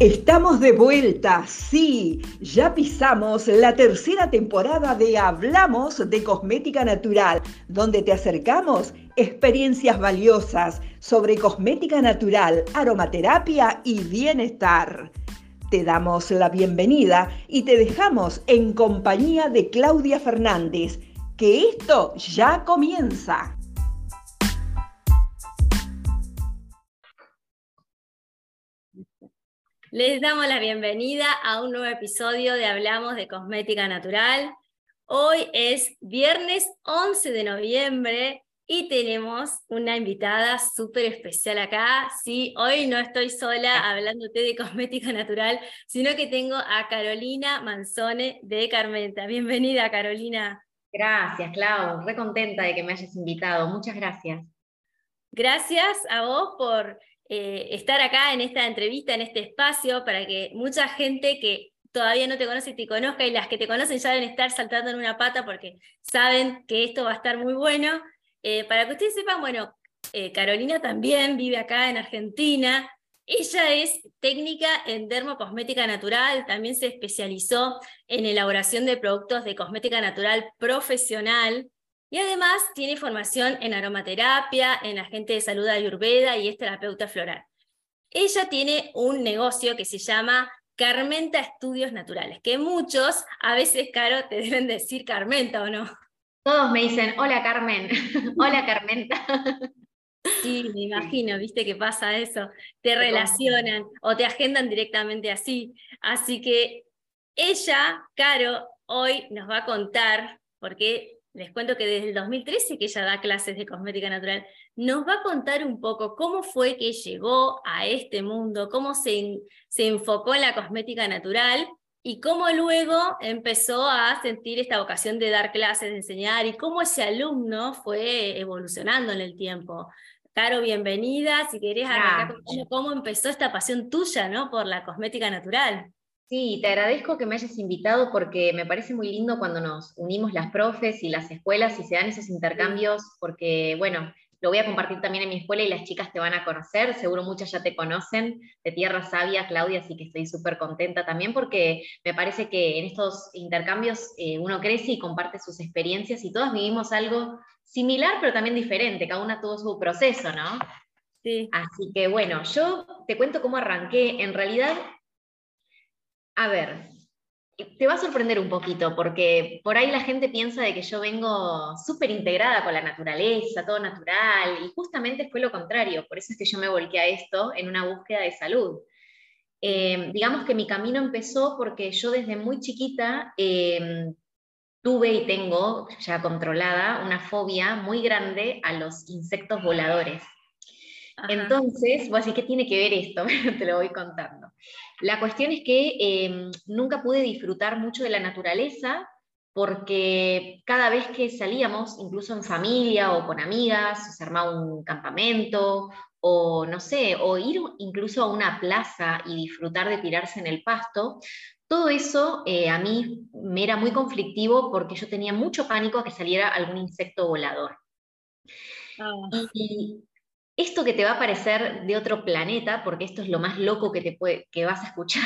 Estamos de vuelta, sí, ya pisamos la tercera temporada de Hablamos de Cosmética Natural, donde te acercamos experiencias valiosas sobre cosmética natural, aromaterapia y bienestar. Te damos la bienvenida y te dejamos en compañía de Claudia Fernández, que esto ya comienza. Les damos la bienvenida a un nuevo episodio de Hablamos de Cosmética Natural. Hoy es viernes 11 de noviembre y tenemos una invitada súper especial acá. Sí, hoy no estoy sola hablándote de cosmética natural, sino que tengo a Carolina Manzone de Carmenta. Bienvenida, Carolina. Gracias, Clau. Re contenta de que me hayas invitado. Muchas gracias. Gracias a vos por estar acá en esta entrevista, en este espacio, para que mucha gente que todavía no te conoce te conozca, y las que te conocen ya deben estar saltando en una pata porque saben que esto va a estar muy bueno. Para que ustedes sepan, bueno, Carolina también vive acá en Argentina. Ella es técnica en dermocosmética natural, también se especializó en elaboración de productos de cosmética natural profesional. Y además tiene formación en aromaterapia, en agente de salud ayurveda y es terapeuta floral. Ella tiene un negocio que se llama Carmenta Estudios Naturales, que muchos, a veces, Caro, te deben decir Carmenta, ¿o no? Todos me dicen, hola Carmen, hola Carmenta. Sí, me imagino, viste que pasa eso. Te Te confundo. relacionan o te agendan directamente así. Así que ella, Caro, hoy nos va a contar, porque les cuento que desde el 2013 que ella da clases de cosmética natural, nos va a contar un poco cómo fue que llegó a este mundo, cómo se enfocó en la cosmética natural y cómo luego empezó a sentir esta vocación de dar clases, de enseñar, y cómo ese alumno fue evolucionando en el tiempo. Caro, bienvenida. Si querés arrancar Gracias. contando cómo empezó esta pasión tuya, ¿no?, por la cosmética natural. Sí, te agradezco que me hayas invitado porque me parece muy lindo cuando nos unimos las profes y las escuelas y se dan esos Sí. intercambios, porque, bueno, lo voy a compartir también en mi escuela y las chicas te van a conocer, seguro muchas ya te conocen de Tierra Sabia, Claudia, así que estoy súper contenta también porque me parece que en estos intercambios uno crece y comparte sus experiencias y todas vivimos algo similar pero también diferente, cada una tuvo su proceso, ¿no? Sí. Así que bueno, yo te cuento cómo arranqué. En realidad, a ver, te va a sorprender un poquito, porque por ahí la gente piensa de que yo vengo súper integrada con la naturaleza, todo natural, y justamente fue lo contrario, por eso es que yo me volqué a esto en una búsqueda de salud. Digamos que mi camino empezó porque yo desde muy chiquita tuve y tengo ya controlada una fobia muy grande a los insectos voladores. Ajá. Entonces, vos decís, ¿qué tiene que ver esto? Te lo voy contando. La cuestión es que nunca pude disfrutar mucho de la naturaleza porque cada vez que salíamos, incluso en familia o con amigas, se armaba un campamento o no sé, o ir incluso a una plaza y disfrutar de tirarse en el pasto, todo eso a mí me era muy conflictivo porque yo tenía mucho pánico a que saliera algún insecto volador. Ah, Y esto que te va a parecer de otro planeta, porque esto es lo más loco que vas a escuchar.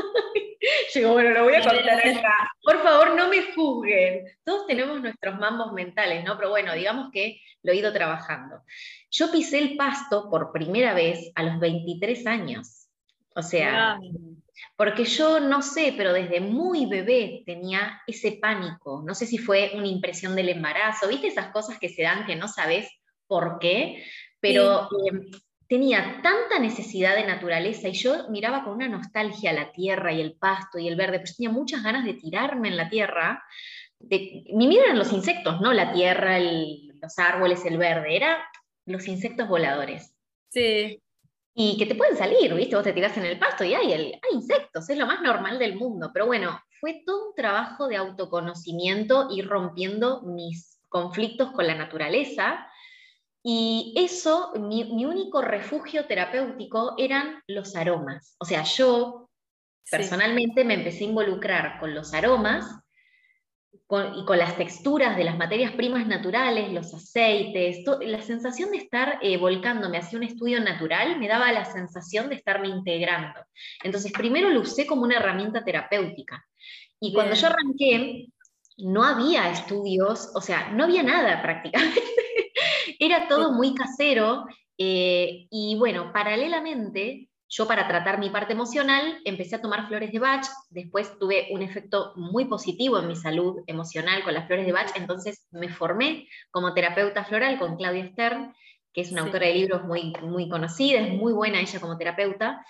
Yo digo, bueno, lo voy a a ver, contar a ver. acá. Por favor, no me juzguen. Todos tenemos nuestros mambos mentales, ¿no? Pero bueno, digamos que lo he ido trabajando. Yo pisé el pasto por primera vez a los 23 años. O sea, Wow. porque yo no sé, pero desde muy bebé tenía ese pánico. No sé si fue una impresión del embarazo, ¿viste esas cosas que se dan que no sabes por qué? Pero Sí. tenía tanta necesidad de naturaleza y yo miraba con una nostalgia la tierra y el pasto y el verde, pues tenía muchas ganas de tirarme en la tierra. Mi miedo eran los insectos, no la tierra, los árboles, el verde, era los insectos voladores. Sí. Y que te pueden salir, ¿viste? Vos te tirás en el pasto y hay insectos, es lo más normal del mundo. Pero bueno, fue todo un trabajo de autoconocimiento y rompiendo mis conflictos con la naturaleza. Y eso, mi único refugio terapéutico eran los aromas. O sea, yo Sí. personalmente me empecé a involucrar con los aromas y con las texturas de las materias primas naturales, los aceites, la sensación de estar volcándome hacia un estudio natural me daba la sensación de estarme integrando. Entonces, primero lo usé como una herramienta terapéutica. Y cuando yo arranqué, no había estudios, o sea, no había nada prácticamente. Era todo muy casero, y bueno, paralelamente, yo para tratar mi parte emocional empecé a tomar flores de Bach, después tuve un efecto muy positivo en mi salud emocional con las flores de Bach, entonces me formé como terapeuta floral con Claudia Stern, que es una autora de libros muy, muy conocida, es muy buena ella como terapeuta,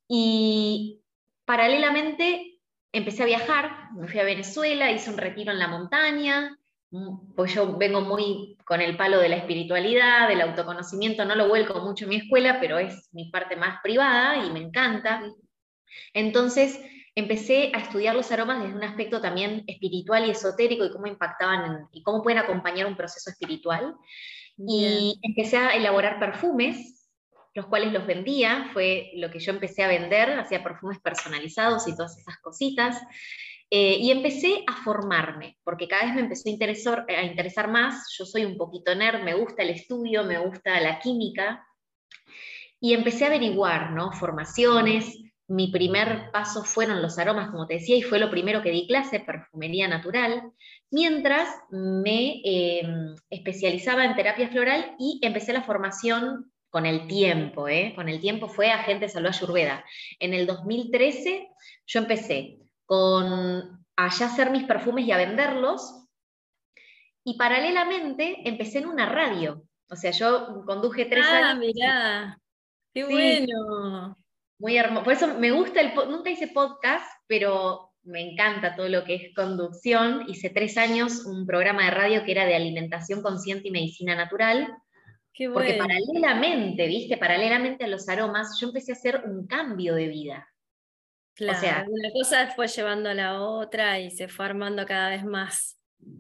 y paralelamente empecé a viajar, me fui a Venezuela, hice un retiro en la montaña, pues yo vengo muy con el palo de la espiritualidad, del autoconocimiento, no lo vuelco mucho en mi escuela, pero es mi parte más privada y me encanta. Entonces empecé a estudiar los aromas desde un aspecto también espiritual y esotérico y cómo impactaban y cómo pueden acompañar un proceso espiritual. Y empecé a elaborar perfumes, los cuales los vendía, fue lo que yo empecé a vender, hacía perfumes personalizados y todas esas cositas. Y empecé a formarme, porque cada vez me empezó a interesar más. Yo soy un poquito nerd, me gusta el estudio, me gusta la química, y empecé a averiguar, ¿no? Formaciones. Mi primer paso fueron los aromas, como te decía, y fue lo primero que di clase, perfumería natural, mientras me especializaba en terapia floral y empecé la formación con el tiempo, con el tiempo fue Agente Salud Ayurveda. En el 2013 yo empecé a ya hacer mis perfumes y a venderlos, y paralelamente empecé en una radio. O sea, yo conduje 3 años. Ah, mirá, qué Sí, bueno. muy hermoso. Por eso me gusta nunca hice podcast, pero me encanta todo lo que es conducción. Hice 3 años un programa de radio que era de alimentación consciente y medicina natural, Qué porque bueno. paralelamente, ¿viste? Paralelamente a los aromas, yo empecé a hacer un cambio de vida. O sea, Claro, una cosa fue llevando a la otra y se fue armando cada vez más.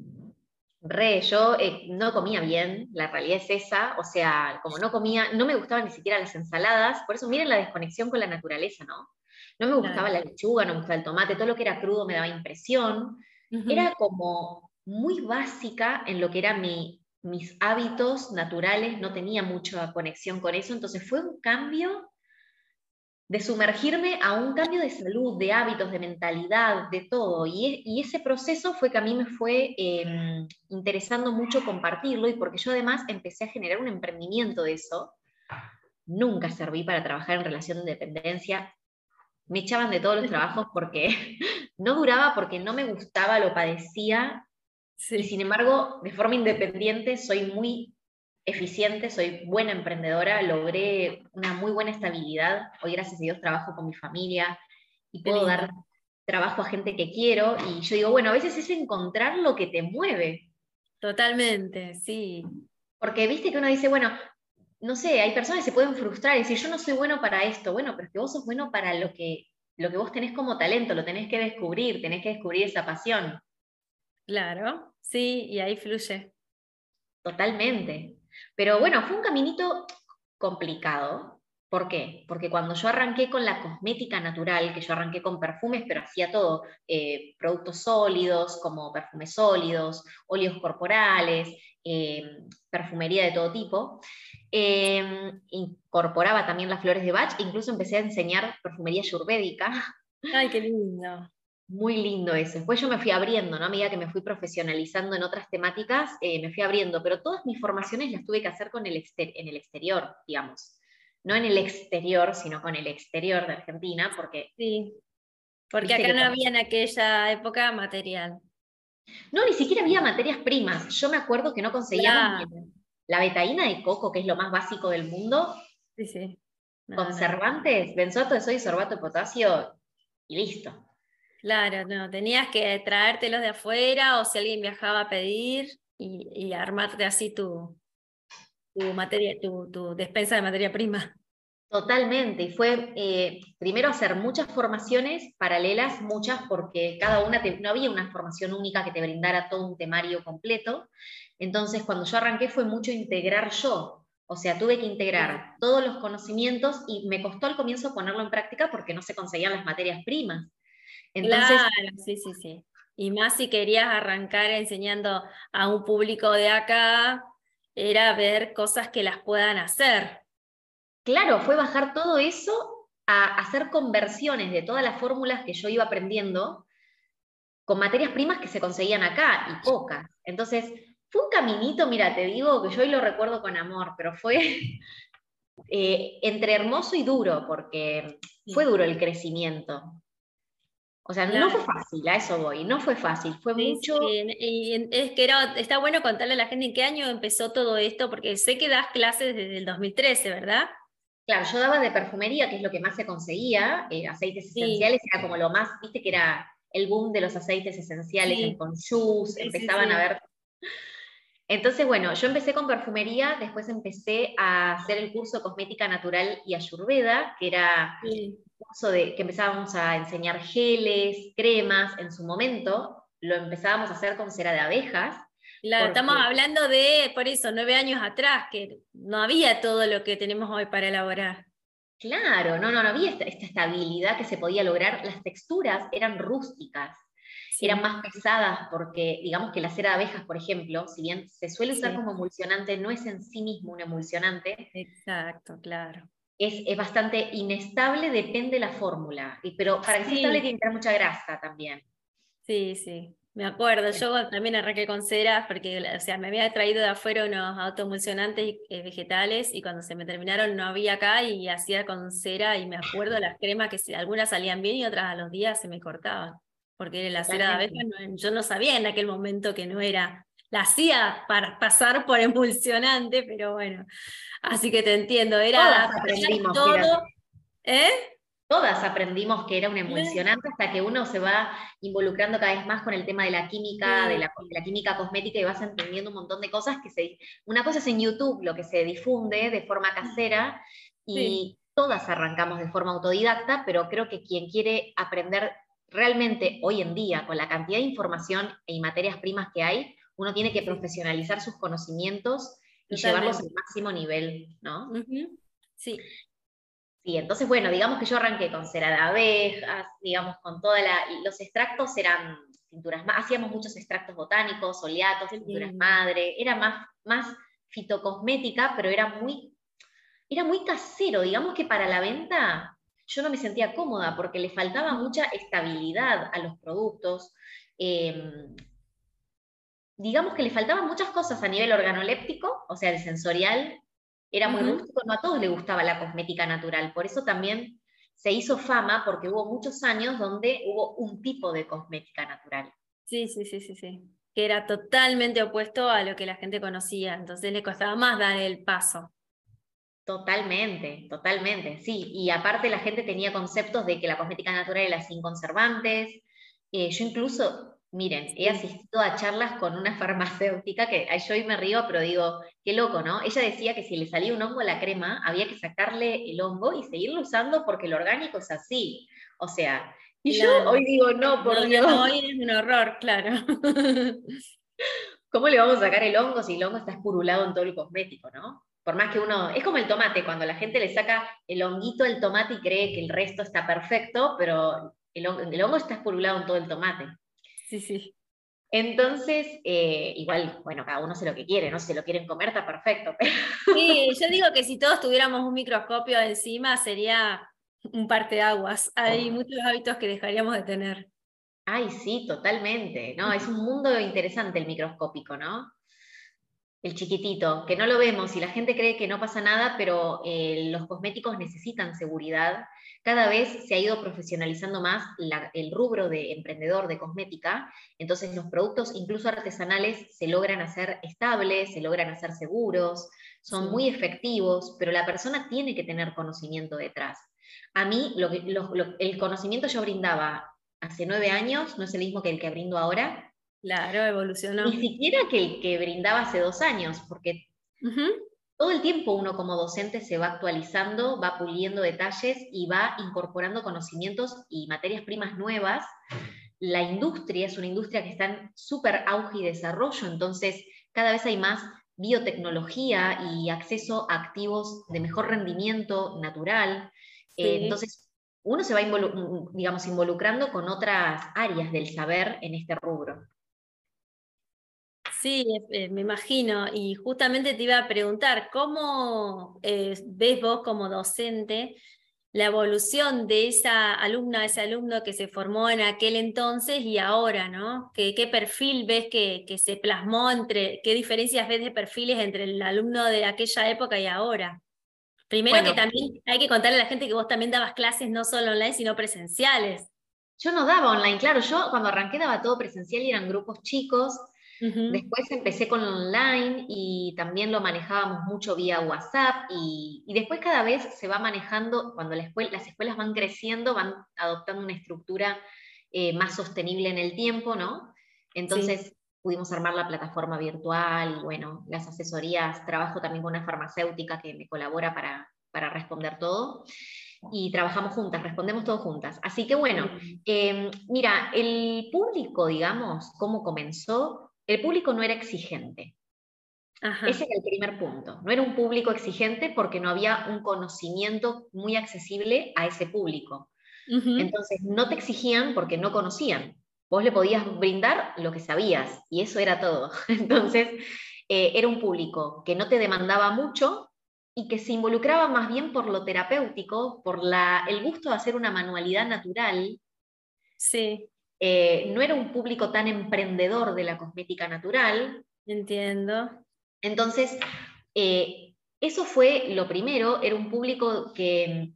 yo no comía bien, la realidad es esa, o sea, como no comía, no me gustaban ni siquiera las ensaladas, por eso miren la desconexión con la naturaleza, ¿no? No me Claro. gustaba la lechuga, no me gustaba el tomate, todo lo que era crudo me daba impresión, era como muy básica en lo que eran mis hábitos naturales, no tenía mucha conexión con eso, entonces fue un cambio de sumergirme a un cambio de salud, de hábitos, de mentalidad, de todo. Y ese proceso fue que a mí me fue interesando mucho compartirlo, y porque yo además empecé a generar un emprendimiento de eso. Nunca serví para trabajar en relación de dependencia. Me echaban de todos los trabajos porque no duraba, porque no me gustaba, lo padecía. Sí. Y sin embargo, de forma independiente, soy muy eficiente, soy buena emprendedora, logré una muy buena estabilidad. Hoy, gracias a Dios, trabajo con mi familia y Qué puedo lindo. dar trabajo a gente que quiero. Y yo digo, bueno, a veces es encontrar lo que te mueve. Totalmente, sí. Porque viste que uno dice, bueno, no sé, hay personas que se pueden frustrar y decir, yo no soy bueno para esto. Bueno, pero es que vos sos bueno para lo que vos tenés como talento, lo tenés que descubrir esa pasión. Claro, sí, y ahí fluye. Totalmente. Pero bueno, fue un caminito complicado. ¿Por qué? Porque cuando yo arranqué con la cosmética natural, que yo arranqué con perfumes, pero hacía todo, productos sólidos, como perfumes sólidos, óleos corporales, perfumería de todo tipo, incorporaba también las flores de Bach, incluso empecé a enseñar perfumería ayurvédica. Ay, qué lindo. Muy lindo eso. Después yo me fui abriendo, ¿no? A medida que me fui profesionalizando en otras temáticas, me fui abriendo, pero todas mis formaciones las tuve que hacer en el exterior, digamos. No en el exterior, sino con el exterior de Argentina, porque Sí, porque viste acá que no había en aquella época material. no, ni siquiera había materias primas. Yo me acuerdo que no conseguíamos ni Claro, la betaína de coco, que es lo más básico del mundo, sí, sí. No, no. conservantes, benzoato de sodio y sorbato de potasio, y listo. Claro, no. Tenías que traértelos de afuera o si alguien viajaba a pedir y armarte así tu despensa de materia prima. Totalmente, y fue primero hacer muchas formaciones paralelas, muchas, porque cada una, no había una formación única que te brindara todo un temario completo. Entonces, cuando yo arranqué fue mucho integrar yo, o sea, tuve que integrar todos los conocimientos, y me costó al comienzo ponerlo en práctica porque no se conseguían las materias primas. Entonces, Claro, sí, sí, sí. Y más si querías arrancar enseñando a un público de acá, era ver cosas que las puedan hacer. Claro, fue bajar todo eso a hacer conversiones de todas las fórmulas que yo iba aprendiendo con materias primas que se conseguían acá y pocas. Entonces, fue un caminito, mira, te digo que yo hoy lo recuerdo con amor, pero fue entre hermoso y duro, porque fue duro el crecimiento. O sea, no fue Claro. fácil, a eso voy, no fue fácil, fue Sí, mucho. sí, y es que está bueno contarle a la gente en qué año empezó todo esto, porque sé que das clases desde el 2013, ¿verdad? Claro, yo daba de perfumería, que es lo que más se conseguía, aceites Sí, esenciales, era como lo más, viste que era el boom de los aceites esenciales, el sí, Conjus, sí, sí, empezaban a sí. ver. Entonces, bueno, yo empecé con perfumería, después empecé a hacer el curso de cosmética natural y ayurveda, que era Sí. un curso que empezábamos a enseñar geles, cremas, en su momento lo empezábamos a hacer con cera de abejas, Claro, estamos porque, hablando de, por eso, 9 años atrás, que no había todo lo que tenemos hoy para elaborar. claro, no había esta estabilidad que se podía lograr, las texturas eran rústicas, eran Sí, más pesadas porque, digamos que la cera de abejas, por ejemplo, si bien se suele usar sí, como emulsionante, no es en sí mismo un emulsionante, exacto, claro. es bastante inestable, depende de la fórmula, pero para que sea estable Sí, tiene que tener mucha grasa también. sí, sí. Me acuerdo, yo también arranqué con ceras porque, o sea, me había traído de afuera unos autoemulsionantes vegetales y cuando se me terminaron no había acá y hacía con cera y me acuerdo las cremas que algunas salían bien y otras a los días se me cortaban. Porque la cera de abeja Totalmente. yo no sabía en aquel momento que no era, la hacía para pasar por emulsionante, pero bueno, así que te entiendo, era Todas adaptar aprendimos que era, todo, ¿eh? todas aprendimos que era un emulsionante hasta que uno se va involucrando cada vez más con el tema de la química, Sí, de la química cosmética y vas entendiendo un montón de cosas una cosa es en YouTube, lo que se difunde de forma casera sí, y todas arrancamos de forma autodidacta, pero creo que quien quiere aprender realmente hoy en día, con la cantidad de información y materias primas que hay, uno tiene que sí, profesionalizar sus conocimientos y llevarlos al totalmente. máximo nivel, ¿no? Ujú. Sí, Sí, entonces, bueno, digamos que yo arranqué con cera de abejas, digamos, con los extractos eran tinturas, hacíamos muchos extractos botánicos, oleatos, qué tinturas lindo. madre, era más fitocosmética, pero era muy casero, digamos que para la venta yo no me sentía cómoda porque le faltaba mucha estabilidad a los productos, eh, digamos que le faltaban muchas cosas a nivel organoléptico, o sea, el sensorial era muy Ujú. rústico, no a todos les gustaba la cosmética natural, por eso también se hizo fama, porque hubo muchos años donde hubo un tipo de cosmética natural. Sí, sí, sí, sí, sí. Que era totalmente opuesto a lo que la gente conocía, entonces le costaba más dar el paso. Totalmente, totalmente, sí. Y aparte la gente tenía conceptos de que la cosmética natural era sin conservantes. Yo incluso, miren, he Sí. asistido a charlas con una farmacéutica que ay, yo hoy me río, pero digo, qué loco, ¿no? Ella decía que si le salía un hongo a la crema, había que sacarle el hongo y seguirlo usando porque el orgánico es así. O sea, y yo Claro. hoy digo, no, No, por no, Dios, no, hoy es un horror, claro. ¿cómo le vamos a sacar el hongo si el hongo está espurulado en todo el cosmético, ¿no? Por más que uno, es como el tomate, cuando la gente le saca el honguito del tomate y cree que el resto está perfecto, pero el hongo está espurulado en todo el tomate. Sí, sí. Entonces, igual, bueno, cada uno hace lo que quiere, ¿no? Si se lo quieren comer, está perfecto. Sí, yo digo que si todos tuviéramos un microscopio encima sería un parteaguas. Hay muchos hábitos que dejaríamos de tener. Ay, sí, totalmente, ¿no? Es un mundo interesante el microscópico, ¿no? El chiquitito, que no lo vemos y la gente cree que no pasa nada, pero los cosméticos necesitan seguridad. Cada vez se ha ido profesionalizando más el rubro de emprendedor de cosmética, entonces los productos, incluso artesanales, se logran hacer estables, se logran hacer seguros, son Sí. muy efectivos, pero la persona tiene que tener conocimiento detrás. A mí, el conocimiento yo brindaba hace 9 años, no es el mismo que el que brindo ahora, Claro, ni evolucionó. siquiera que el que brindaba hace 2 años, porque Ujú. todo el tiempo uno como docente se va actualizando, va puliendo detalles y va incorporando conocimientos y materias primas nuevas. La industria es una industria que está en súper auge y desarrollo, entonces cada vez hay más biotecnología y acceso a activos de mejor rendimiento natural. Sí. Entonces, uno se va digamos, involucrando con otras áreas del saber en este rubro. Sí, me imagino. Y justamente te iba a preguntar, ¿cómo ves vos como docente la evolución de esa alumna, ese alumno que se formó en aquel entonces y ahora, ¿no? ¿Qué perfil ves que se plasmó qué diferencias ves de perfiles entre el alumno de aquella época y ahora? Primero que Bueno, también hay que contarle a la gente que vos también dabas clases no solo online, sino presenciales. yo no daba online, claro, yo cuando arranqué daba todo presencial y eran grupos chicos. Ujú. Después empecé con online y también lo manejábamos mucho vía WhatsApp y después cada vez se va manejando, cuando las escuelas van creciendo, van adoptando una estructura más sostenible en el tiempo, ¿no? Sí. Entonces pudimos armar la plataforma virtual y bueno, las asesorías, trabajo también con una farmacéutica que me colabora para responder todo y trabajamos juntas, respondemos todo juntas. Así que bueno, mira, el público, digamos, cómo comenzó, el público no era exigente. Ese Ajá. era el primer punto. No era un público exigente porque no había un conocimiento muy accesible a ese público. Ujú. Entonces, no te exigían porque no conocían. Vos le podías brindar lo que sabías y eso era todo. Entonces, era un público que no te demandaba mucho y que se involucraba más bien por lo terapéutico, por el gusto de hacer una manualidad natural. Sí, No era un público tan emprendedor de la cosmética natural. entiendo. Entonces, eso fue lo primero, era un público que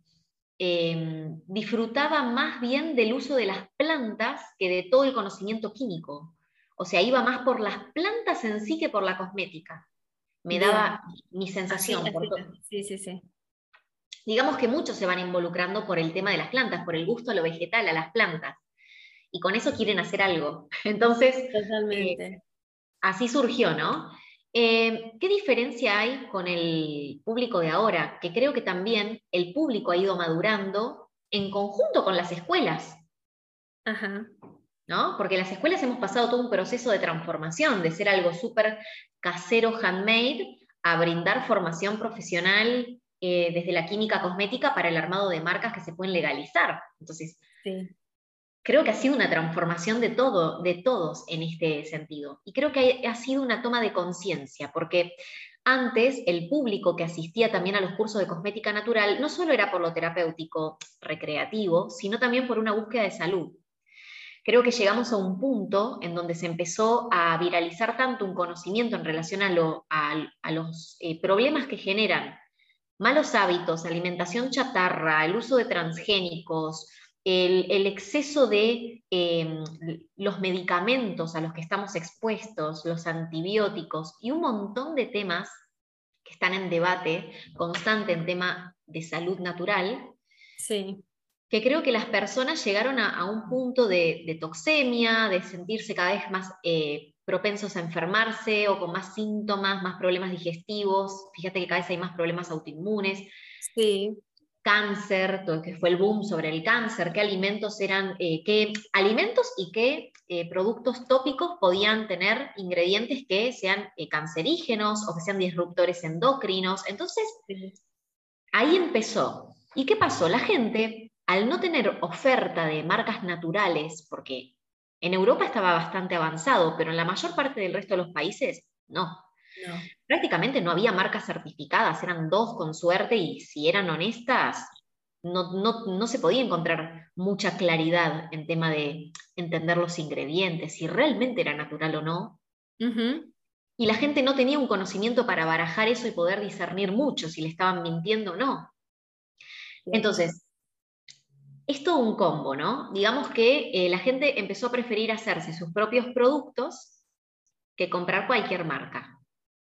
disfrutaba más bien del uso de las plantas que de todo el conocimiento químico. O sea, iba más por las plantas en sí que por la cosmética. Me Bien. daba mi Así, sensación. así. Sí, sí, sí. Digamos que muchos se van involucrando por el tema de las plantas, por el gusto a lo vegetal, a las plantas. Y con eso quieren hacer algo. Entonces, eh, Totalmente. así surgió, ¿no? ¿Qué diferencia hay con el público de ahora? Que creo que también el público ha ido madurando en conjunto con las escuelas, Ajá. ¿no? Porque las escuelas hemos pasado todo un proceso de transformación, de ser algo súper casero, handmade, a brindar formación profesional desde la química cosmética para el armado de marcas que se pueden legalizar. Entonces, Sí. creo que ha sido una transformación de todo, de todos en este sentido. Y creo que ha sido una toma de conciencia, porque antes el público que asistía también a los cursos de cosmética natural no solo era por lo terapéutico, recreativo, sino también por una búsqueda de salud. Creo que llegamos a un punto en donde se empezó a viralizar tanto un conocimiento en relación a los problemas que generan malos hábitos, alimentación chatarra, el uso de transgénicos, el exceso de los medicamentos a los que estamos expuestos, los antibióticos y un montón de temas que están en debate constante en tema de salud natural, Sí. que creo que las personas llegaron a un punto de toxemia, de sentirse cada vez más propensos a enfermarse o con más síntomas, más problemas digestivos. Fíjate que cada vez hay más problemas autoinmunes, Sí. cáncer, todo que fue el boom sobre el cáncer, qué alimentos eran, qué alimentos y qué productos tópicos podían tener ingredientes que sean cancerígenos o que sean disruptores endocrinos. Entonces, Sí. ahí empezó. ¿Y qué pasó? La gente, al no tener oferta de marcas naturales, porque en Europa estaba bastante avanzado, pero en la mayor parte del resto de los países, no. No. Prácticamente no había marcas certificadas, eran dos con suerte y si eran honestas, no se podía encontrar mucha claridad en tema de entender los ingredientes, si realmente era natural o no. Ujú. Y la gente no tenía un conocimiento para barajar eso y poder discernir mucho si le estaban mintiendo o no. Cierto. Entonces, es todo un combo, ¿no? Digamos que la gente empezó a preferir hacerse sus propios productos que comprar cualquier marca.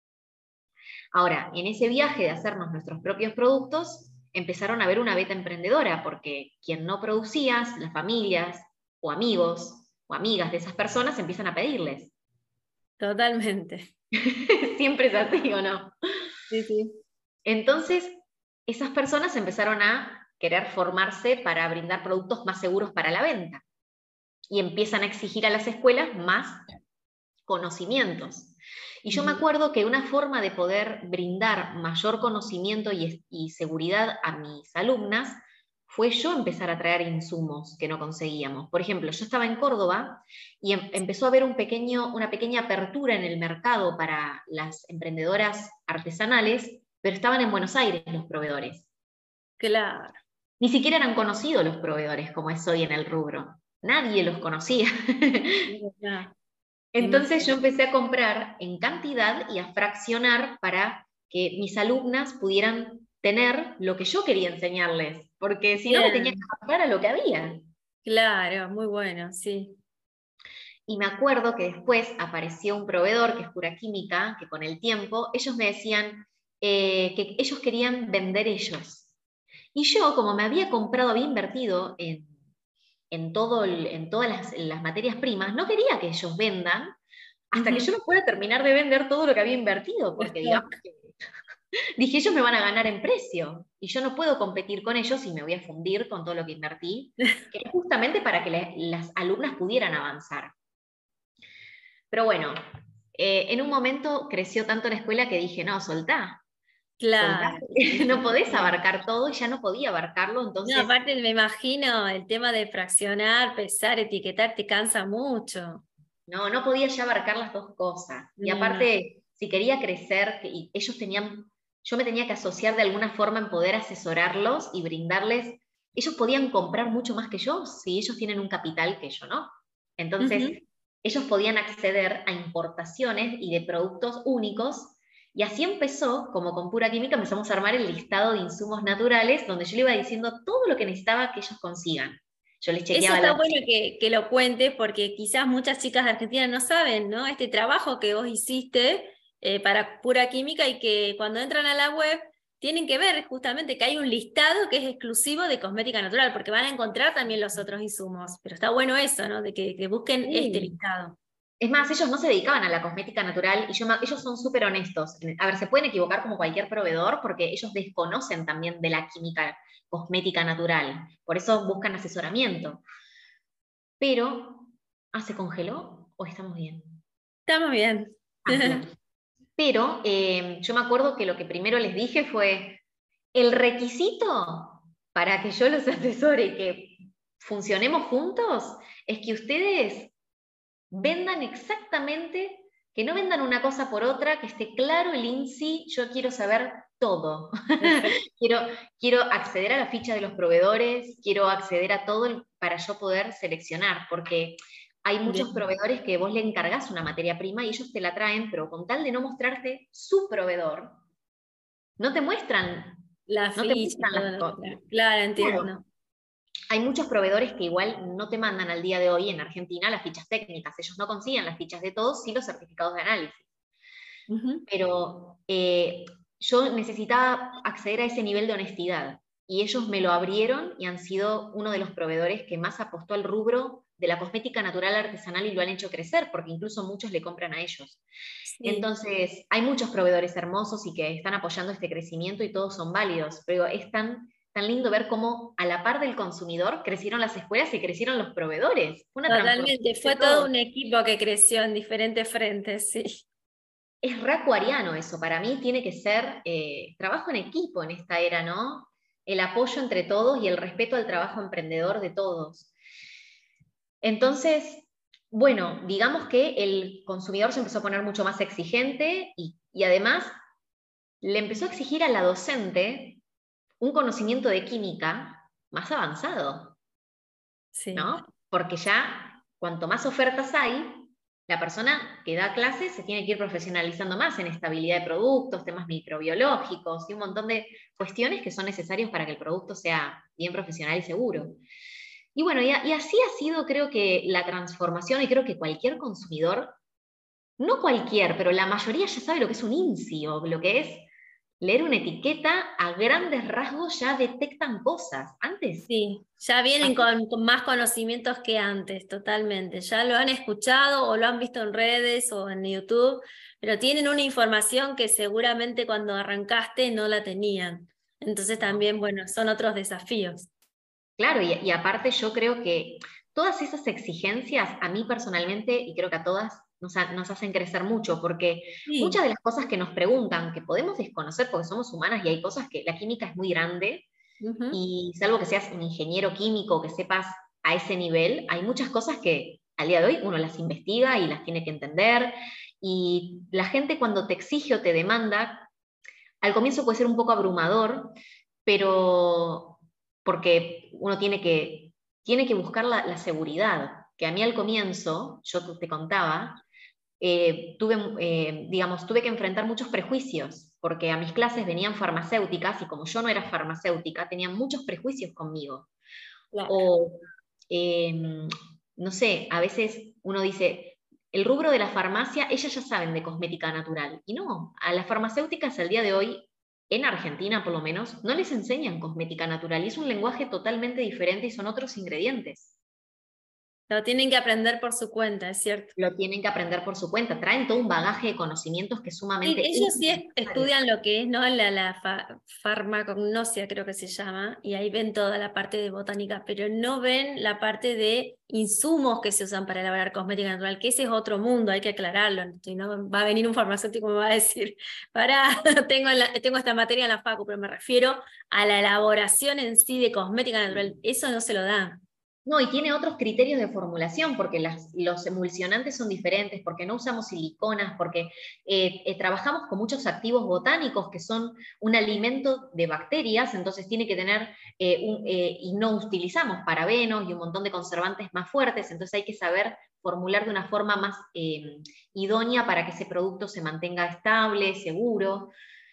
Ahora, en ese viaje de hacernos nuestros propios productos, empezaron a haber una beta emprendedora, porque quien no producía, las familias o amigos o amigas de esas personas empiezan a pedirles. Totalmente. Siempre es así, ¿o no? Sí, sí. Entonces, esas personas empezaron a querer formarse para brindar productos más seguros para la venta y empiezan a exigir a las escuelas más conocimientos. Y yo me Ujú. acuerdo que una forma de poder brindar mayor conocimiento y seguridad a mis alumnas fue yo empezar a traer insumos que no conseguíamos. Por ejemplo, yo estaba en Córdoba y empezó a haber una pequeña apertura en el mercado para las emprendedoras artesanales, pero estaban en Buenos Aires los proveedores. Claro. Ni siquiera eran conocidos los proveedores como es hoy en el rubro. Nadie los conocía. Entonces yo empecé a comprar en cantidad y a fraccionar para que mis alumnas pudieran tener lo que yo quería enseñarles, porque si no me tenía que adaptar a lo que había. Claro, muy bueno, sí. Y me acuerdo que después apareció un proveedor, que es Pura Química, que con el tiempo ellos me decían que ellos querían vender ellos. Y yo, como me había comprado, había invertido en todas las materias primas, no quería que ellos vendan hasta que yo no pueda terminar de vender todo lo que había invertido, porque digamos que dije, ellos me van a ganar en precio, y yo no puedo competir con ellos y me voy a fundir con todo lo que invertí, que es justamente para que las alumnas pudieran avanzar. Pero bueno, en un momento creció tanto la escuela que dije, no, soltá. Claro. No podés abarcar todo, y ya no podía abarcarlo, entonces... No, aparte me imagino el tema de fraccionar, pesar, etiquetar, te cansa mucho. No podía ya abarcar las dos cosas. Y aparte, si quería crecer, y yo me tenía que asociar de alguna forma en poder asesorarlos y brindarles, ellos podían comprar mucho más que yo, si ellos tienen un capital que yo no. Entonces, ellos podían acceder a importaciones y de productos únicos. Y así empezó, como con Pura Química, empezamos a armar el listado de insumos naturales, donde yo le iba diciendo todo lo que necesitaba que ellos consigan. Yo les chequeaba. Eso está bueno que lo cuentes, porque quizás muchas chicas de Argentina no saben, ¿no? Este trabajo que vos hiciste para Pura Química, y que cuando entran a la web tienen que ver justamente que hay un listado que es exclusivo de cosmética natural, porque van a encontrar también los otros insumos. Pero está bueno eso, ¿no? De que busquen este listado. Es más, ellos no se dedicaban a la cosmética natural, y ellos son súper honestos. A ver, se pueden equivocar como cualquier proveedor, porque ellos desconocen también de la química cosmética natural. Por eso buscan asesoramiento. Pero, ¿se congeló o estamos bien? Estamos bien. Bien. Pero yo me acuerdo que lo que primero les dije fue, el requisito para que yo los asesore y que funcionemos juntos es que ustedes vendan exactamente, que no vendan una cosa por otra, que esté claro el INSI, yo quiero saber todo. quiero acceder a la ficha de los proveedores, quiero acceder a todo para yo poder seleccionar, porque hay muchos proveedores que vos le encargás una materia prima y ellos te la traen, pero con tal de no mostrarte su proveedor, no te muestran las cosas. Claro, entiendo. Claro. Hay muchos proveedores que igual no te mandan al día de hoy en Argentina las fichas técnicas. Ellos no consiguen las fichas de todos, sí los certificados de análisis. Pero yo necesitaba acceder a ese nivel de honestidad, y ellos me lo abrieron y han sido uno de los proveedores que más apostó al rubro de la cosmética natural artesanal, y lo han hecho crecer, porque incluso muchos le compran a ellos. Sí. Entonces, hay muchos proveedores hermosos y que están apoyando este crecimiento, y todos son válidos, pero es tan lindo ver cómo a la par del consumidor crecieron las escuelas y crecieron los proveedores. Totalmente, fue todo un equipo que creció en diferentes frentes, sí. Es racuariano eso, para mí tiene que ser trabajo en equipo en esta era, ¿no? El apoyo entre todos y el respeto al trabajo emprendedor de todos. Entonces, bueno, digamos que el consumidor se empezó a poner mucho más exigente, y además le empezó a exigir a la docente un conocimiento de química más avanzado, sí, ¿no? Porque ya, cuanto más ofertas hay, la persona que da clases se tiene que ir profesionalizando más en estabilidad de productos, temas microbiológicos y un montón de cuestiones que son necesarias para que el producto sea bien profesional y seguro. Y bueno, y así ha sido, creo que, la transformación, y creo que cualquier consumidor, no cualquier, pero la mayoría ya sabe lo que es un INSI, o lo que es leer una etiqueta. A grandes rasgos ya detectan cosas. Antes. Sí, ya vienen con más conocimientos que antes, totalmente. Ya lo han escuchado o lo han visto en redes o en YouTube, pero tienen una información que seguramente cuando arrancaste no la tenían. Entonces también, bueno, son otros desafíos. Claro, y aparte yo creo que todas esas exigencias, a mí personalmente, y creo que a todas, nos hacen crecer mucho, porque muchas de las cosas que nos preguntan, que podemos desconocer porque somos humanas y hay cosas que la química es muy grande, Y salvo que seas un ingeniero químico, que sepas a ese nivel, hay muchas cosas que al día de hoy uno las investiga y las tiene que entender, y la gente cuando te exige o te demanda, al comienzo puede ser un poco abrumador, pero porque uno tiene que buscar la seguridad, que a mí al comienzo, yo te contaba, tuve que enfrentar muchos prejuicios, porque a mis clases venían farmacéuticas y como yo no era farmacéutica, tenían muchos prejuicios conmigo. Claro. O, no sé, a veces uno dice, el rubro de la farmacia, ellas ya saben de cosmética natural. Y no, a las farmacéuticas al día de hoy, en Argentina por lo menos, no les enseñan cosmética natural. Y es un lenguaje totalmente diferente y son otros ingredientes. Lo tienen que aprender por su cuenta, es cierto. Lo tienen que aprender por su cuenta. Traen todo un bagaje de conocimientos que es Sí, sumamente ellos sí útil. estudian lo que es, ¿no? La farmacognosia, creo que se llama, y ahí ven toda la parte de botánica, pero no ven la parte de insumos que se usan para elaborar cosmética natural, que ese es otro mundo, hay que aclararlo. Si no, va a venir un farmacéutico y me va a decir, tengo esta materia en la facu, pero me refiero a la elaboración en sí de cosmética natural, eso no se lo da. No, y tiene otros criterios de formulación, porque los emulsionantes son diferentes, porque no usamos siliconas, porque trabajamos con muchos activos botánicos que son un alimento de bacterias, entonces tiene que tener, y no utilizamos parabenos y un montón de conservantes más fuertes, entonces hay que saber formular de una forma más idónea para que ese producto se mantenga estable, seguro.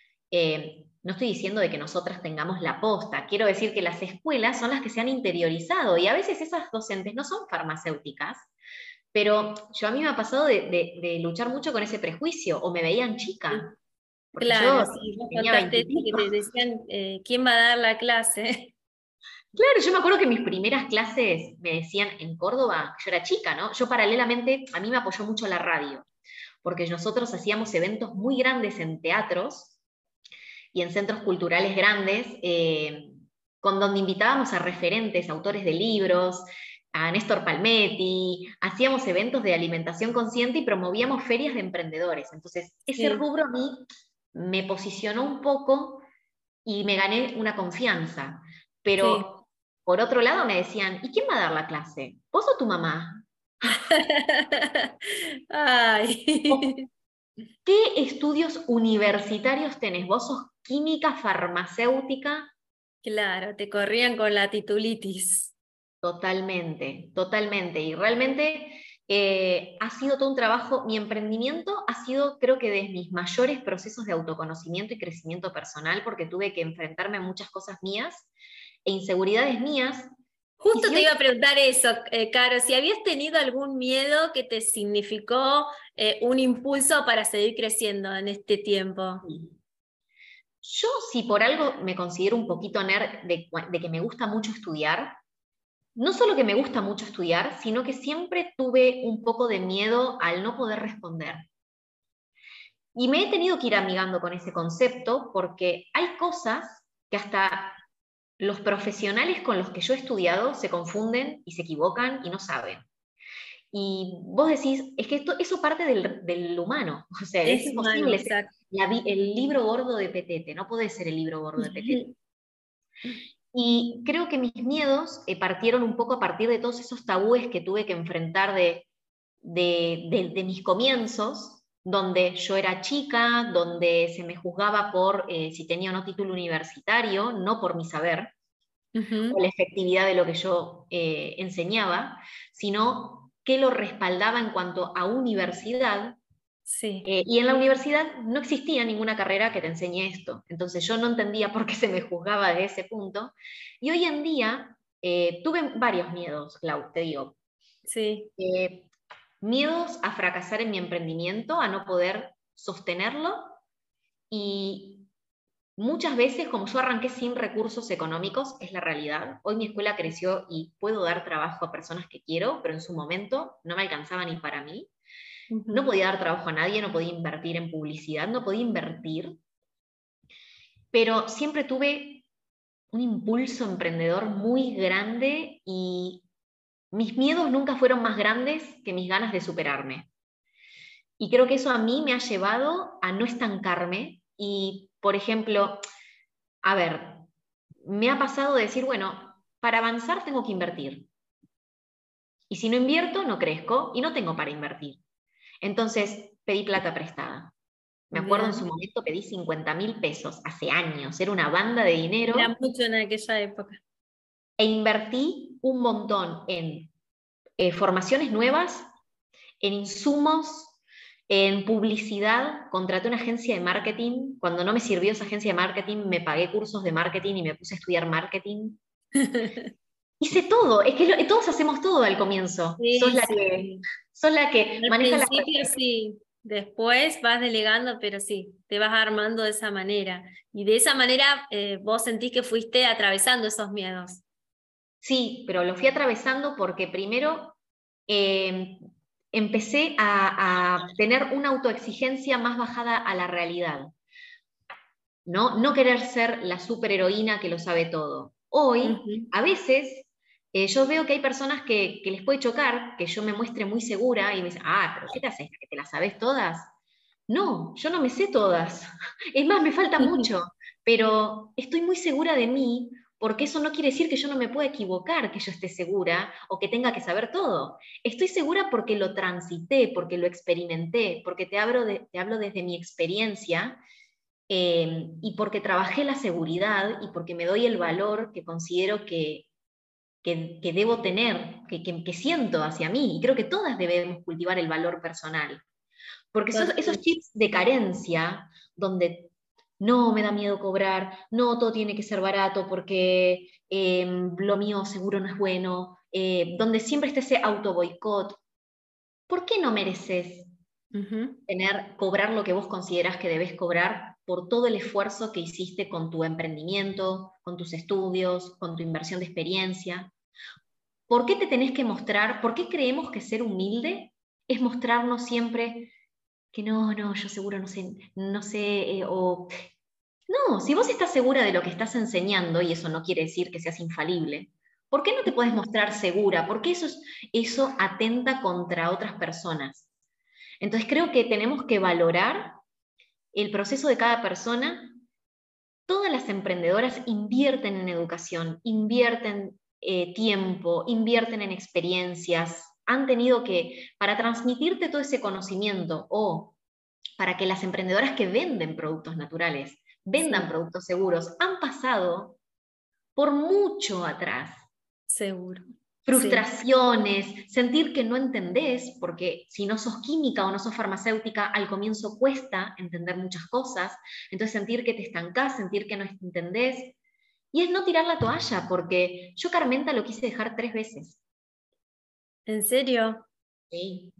No estoy diciendo de que nosotras tengamos la posta, quiero decir que las escuelas son las que se han interiorizado y a veces esas docentes no son farmacéuticas, pero a mí me ha pasado de luchar mucho con ese prejuicio, o me veían chica, porque Claro, yo sí, vos tenía contaste 20 esto que te decían quién va a dar la clase. Claro, yo me acuerdo que mis primeras clases me decían en Córdoba, yo era chica, ¿no? Yo paralelamente, a mí me apoyó mucho la radio, porque nosotros hacíamos eventos muy grandes en teatros y en centros culturales grandes, con donde invitábamos a referentes, autores de libros, a Néstor Palmetti, hacíamos eventos de alimentación consciente y promovíamos ferias de emprendedores. Entonces, ese Sí. rubro a mí me posicionó un poco y me gané una confianza. Sí. Pero, por otro lado, me decían, ¿y quién va a dar la clase? ¿Vos o tu mamá? Ay. ¿Qué estudios universitarios tenés? ¿Vos sos química, farmacéutica? Claro, te corrían con la titulitis. Totalmente, totalmente. Y realmente ha sido todo un trabajo, mi emprendimiento ha sido creo que de mis mayores procesos de autoconocimiento y crecimiento personal, porque tuve que enfrentarme a muchas cosas mías e inseguridades mías. Y Justo si te hoy, iba a preguntar eso, Caro, si habías tenido algún miedo que te significó un impulso para seguir creciendo en este tiempo. yo si por algo me considero un poquito nerd de que me gusta mucho estudiar, no solo que me gusta mucho estudiar, sino que siempre tuve un poco de miedo al no poder responder. Y me he tenido que ir amigando con ese concepto porque hay cosas que hasta los profesionales con los que yo he estudiado se confunden y se equivocan y no saben. Y vos decís, es que eso parte del humano, o sea, es Es humano, imposible ser exacto. el libro gordo de Petete, no podés ser el libro gordo de Petete. Y creo que mis miedos partieron un poco a partir de todos esos tabúes que tuve que enfrentar de mis comienzos, donde yo era chica, donde se me juzgaba por si tenía o no título universitario, no por mi saber o la efectividad de lo que yo enseñaba, sino que lo respaldaba en cuanto a universidad. Sí. Y en la universidad no existía ninguna carrera que te enseñe esto. Entonces yo no entendía por qué se me juzgaba de ese punto. Y hoy en día tuve varios miedos, Clau, te digo. Sí. Miedos a fracasar en mi emprendimiento, a no poder sostenerlo. Y muchas veces, como yo arranqué sin recursos económicos, es la realidad. Hoy mi escuela creció y puedo dar trabajo a personas que quiero, pero en su momento no me alcanzaba ni para mí. No podía dar trabajo a nadie, no podía invertir en publicidad, no podía invertir, pero siempre tuve un impulso emprendedor muy grande y mis miedos nunca fueron más grandes que mis ganas de superarme. Y creo que eso a mí me ha llevado a no estancarme y, por ejemplo, a ver, me ha pasado de decir, bueno, para avanzar tengo que invertir. Y si no invierto, no crezco y no tengo para invertir. Entonces, pedí plata prestada. Me acuerdo en su momento pedí 50.000 pesos, hace años, era una banda de dinero. Era mucho en aquella época. E invertí un montón en formaciones nuevas, en insumos, en publicidad. Contraté una agencia de marketing. Cuando no me sirvió esa agencia de marketing, me pagué cursos de marketing y me puse a estudiar marketing. Hice todo, es que todos hacemos todo al comienzo. Sí, sos la que al maneja principio sí, después vas delegando, pero sí, te vas armando de esa manera. Y de esa manera vos sentís que fuiste atravesando esos miedos. Sí, pero lo fui atravesando porque primero empecé a tener una autoexigencia más bajada a la realidad. No querer ser la superheroína que lo sabe todo. Hoy, a veces, yo veo que hay personas que les puede chocar que yo me muestre muy segura y me dicen, pero ¿qué te haces? ¿Que te las sabes todas? No, yo no me sé todas. Es más, me falta mucho, pero estoy muy segura de mí porque eso no quiere decir que yo no me pueda equivocar, que yo esté segura o que tenga que saber todo. Estoy segura porque lo transité, porque lo experimenté, porque te hablo desde mi experiencia. Y porque trabajé la seguridad y porque me doy el valor que considero que debo tener, que siento hacia mí. Y creo que todas debemos cultivar el valor personal. Porque esos chips de carencia, donde no me da miedo cobrar, no todo tiene que ser barato porque lo mío seguro no es bueno, donde siempre está ese auto boicot. ¿Por qué no mereces cobrar lo que vos considerás que debes cobrar por todo el esfuerzo que hiciste con tu emprendimiento, con tus estudios, con tu inversión de experiencia? ¿Por qué te tenés que mostrar? ¿Por qué creemos que ser humilde es mostrarnos siempre que no, yo seguro no sé, No, si vos estás segura de lo que estás enseñando, y eso no quiere decir que seas infalible, ¿por qué no te puedes mostrar segura? Porque eso atenta contra otras personas. Entonces creo que tenemos que valorar el proceso de cada persona. Todas las emprendedoras invierten en educación, invierten tiempo, invierten en experiencias, han tenido que, para transmitirte todo ese conocimiento o para que las emprendedoras que venden productos naturales, vendan productos seguros, han pasado por mucho atrás. Seguro. Frustraciones, sentir que no entendés, porque si no sos química o no sos farmacéutica, al comienzo cuesta entender muchas cosas, entonces sentir que te estancás, sentir que no entendés, y es no tirar la toalla, porque yo Carmenta lo quise dejar 3 veces. ¿En serio? Sí,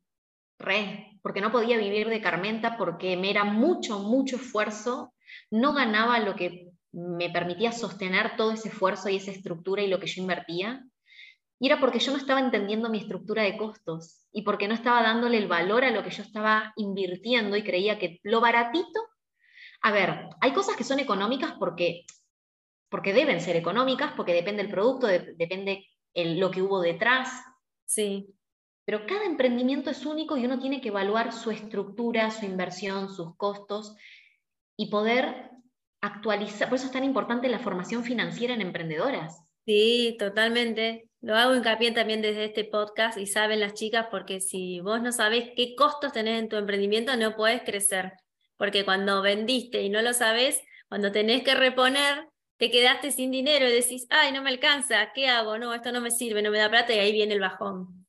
porque no podía vivir de Carmenta, porque me era mucho esfuerzo, no ganaba lo que me permitía sostener todo ese esfuerzo y esa estructura y lo que yo invertía. Y era porque yo no estaba entendiendo mi estructura de costos y porque no estaba dándole el valor a lo que yo estaba invirtiendo y creía que lo baratito... A ver, hay cosas que son económicas porque deben ser económicas, porque depende del producto, depende lo que hubo detrás. Sí. Pero cada emprendimiento es único y uno tiene que evaluar su estructura, su inversión, sus costos y poder actualizar. Por eso es tan importante la formación financiera en emprendedoras. Sí, totalmente. Lo hago hincapié también desde este podcast y saben las chicas, porque si vos no sabés qué costos tenés en tu emprendimiento, no podés crecer. Porque cuando vendiste y no lo sabés, cuando tenés que reponer, te quedaste sin dinero y decís, ay, no me alcanza, ¿qué hago? No, esto no me sirve, no me da plata, y ahí viene el bajón.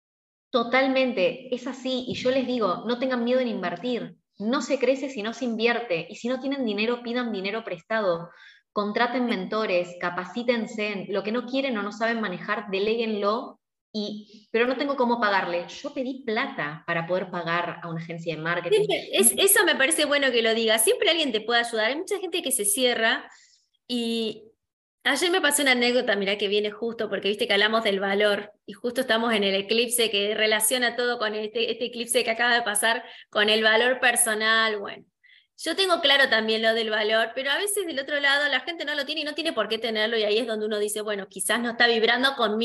Totalmente, es así. Y yo les digo, no tengan miedo en invertir. No se crece si no se invierte. Y si no tienen dinero, pidan dinero prestado. Contraten mentores, capacítense. Lo que no quieren o no saben manejar, deléguenlo. Pero no tengo cómo pagarle. Yo pedí plata para poder pagar a una agencia de marketing. Eso me parece bueno que lo digas. Siempre alguien te puede ayudar. Hay mucha gente que se cierra y... Ayer me pasó una anécdota, mirá que viene justo, porque viste que hablamos del valor, y justo estamos en el eclipse que relaciona todo con este eclipse que acaba de pasar, con el valor personal. Bueno, yo tengo claro también lo del valor, pero a veces del otro lado la gente no lo tiene y no tiene por qué tenerlo, y ahí es donde uno dice, bueno, quizás no está vibrando con mi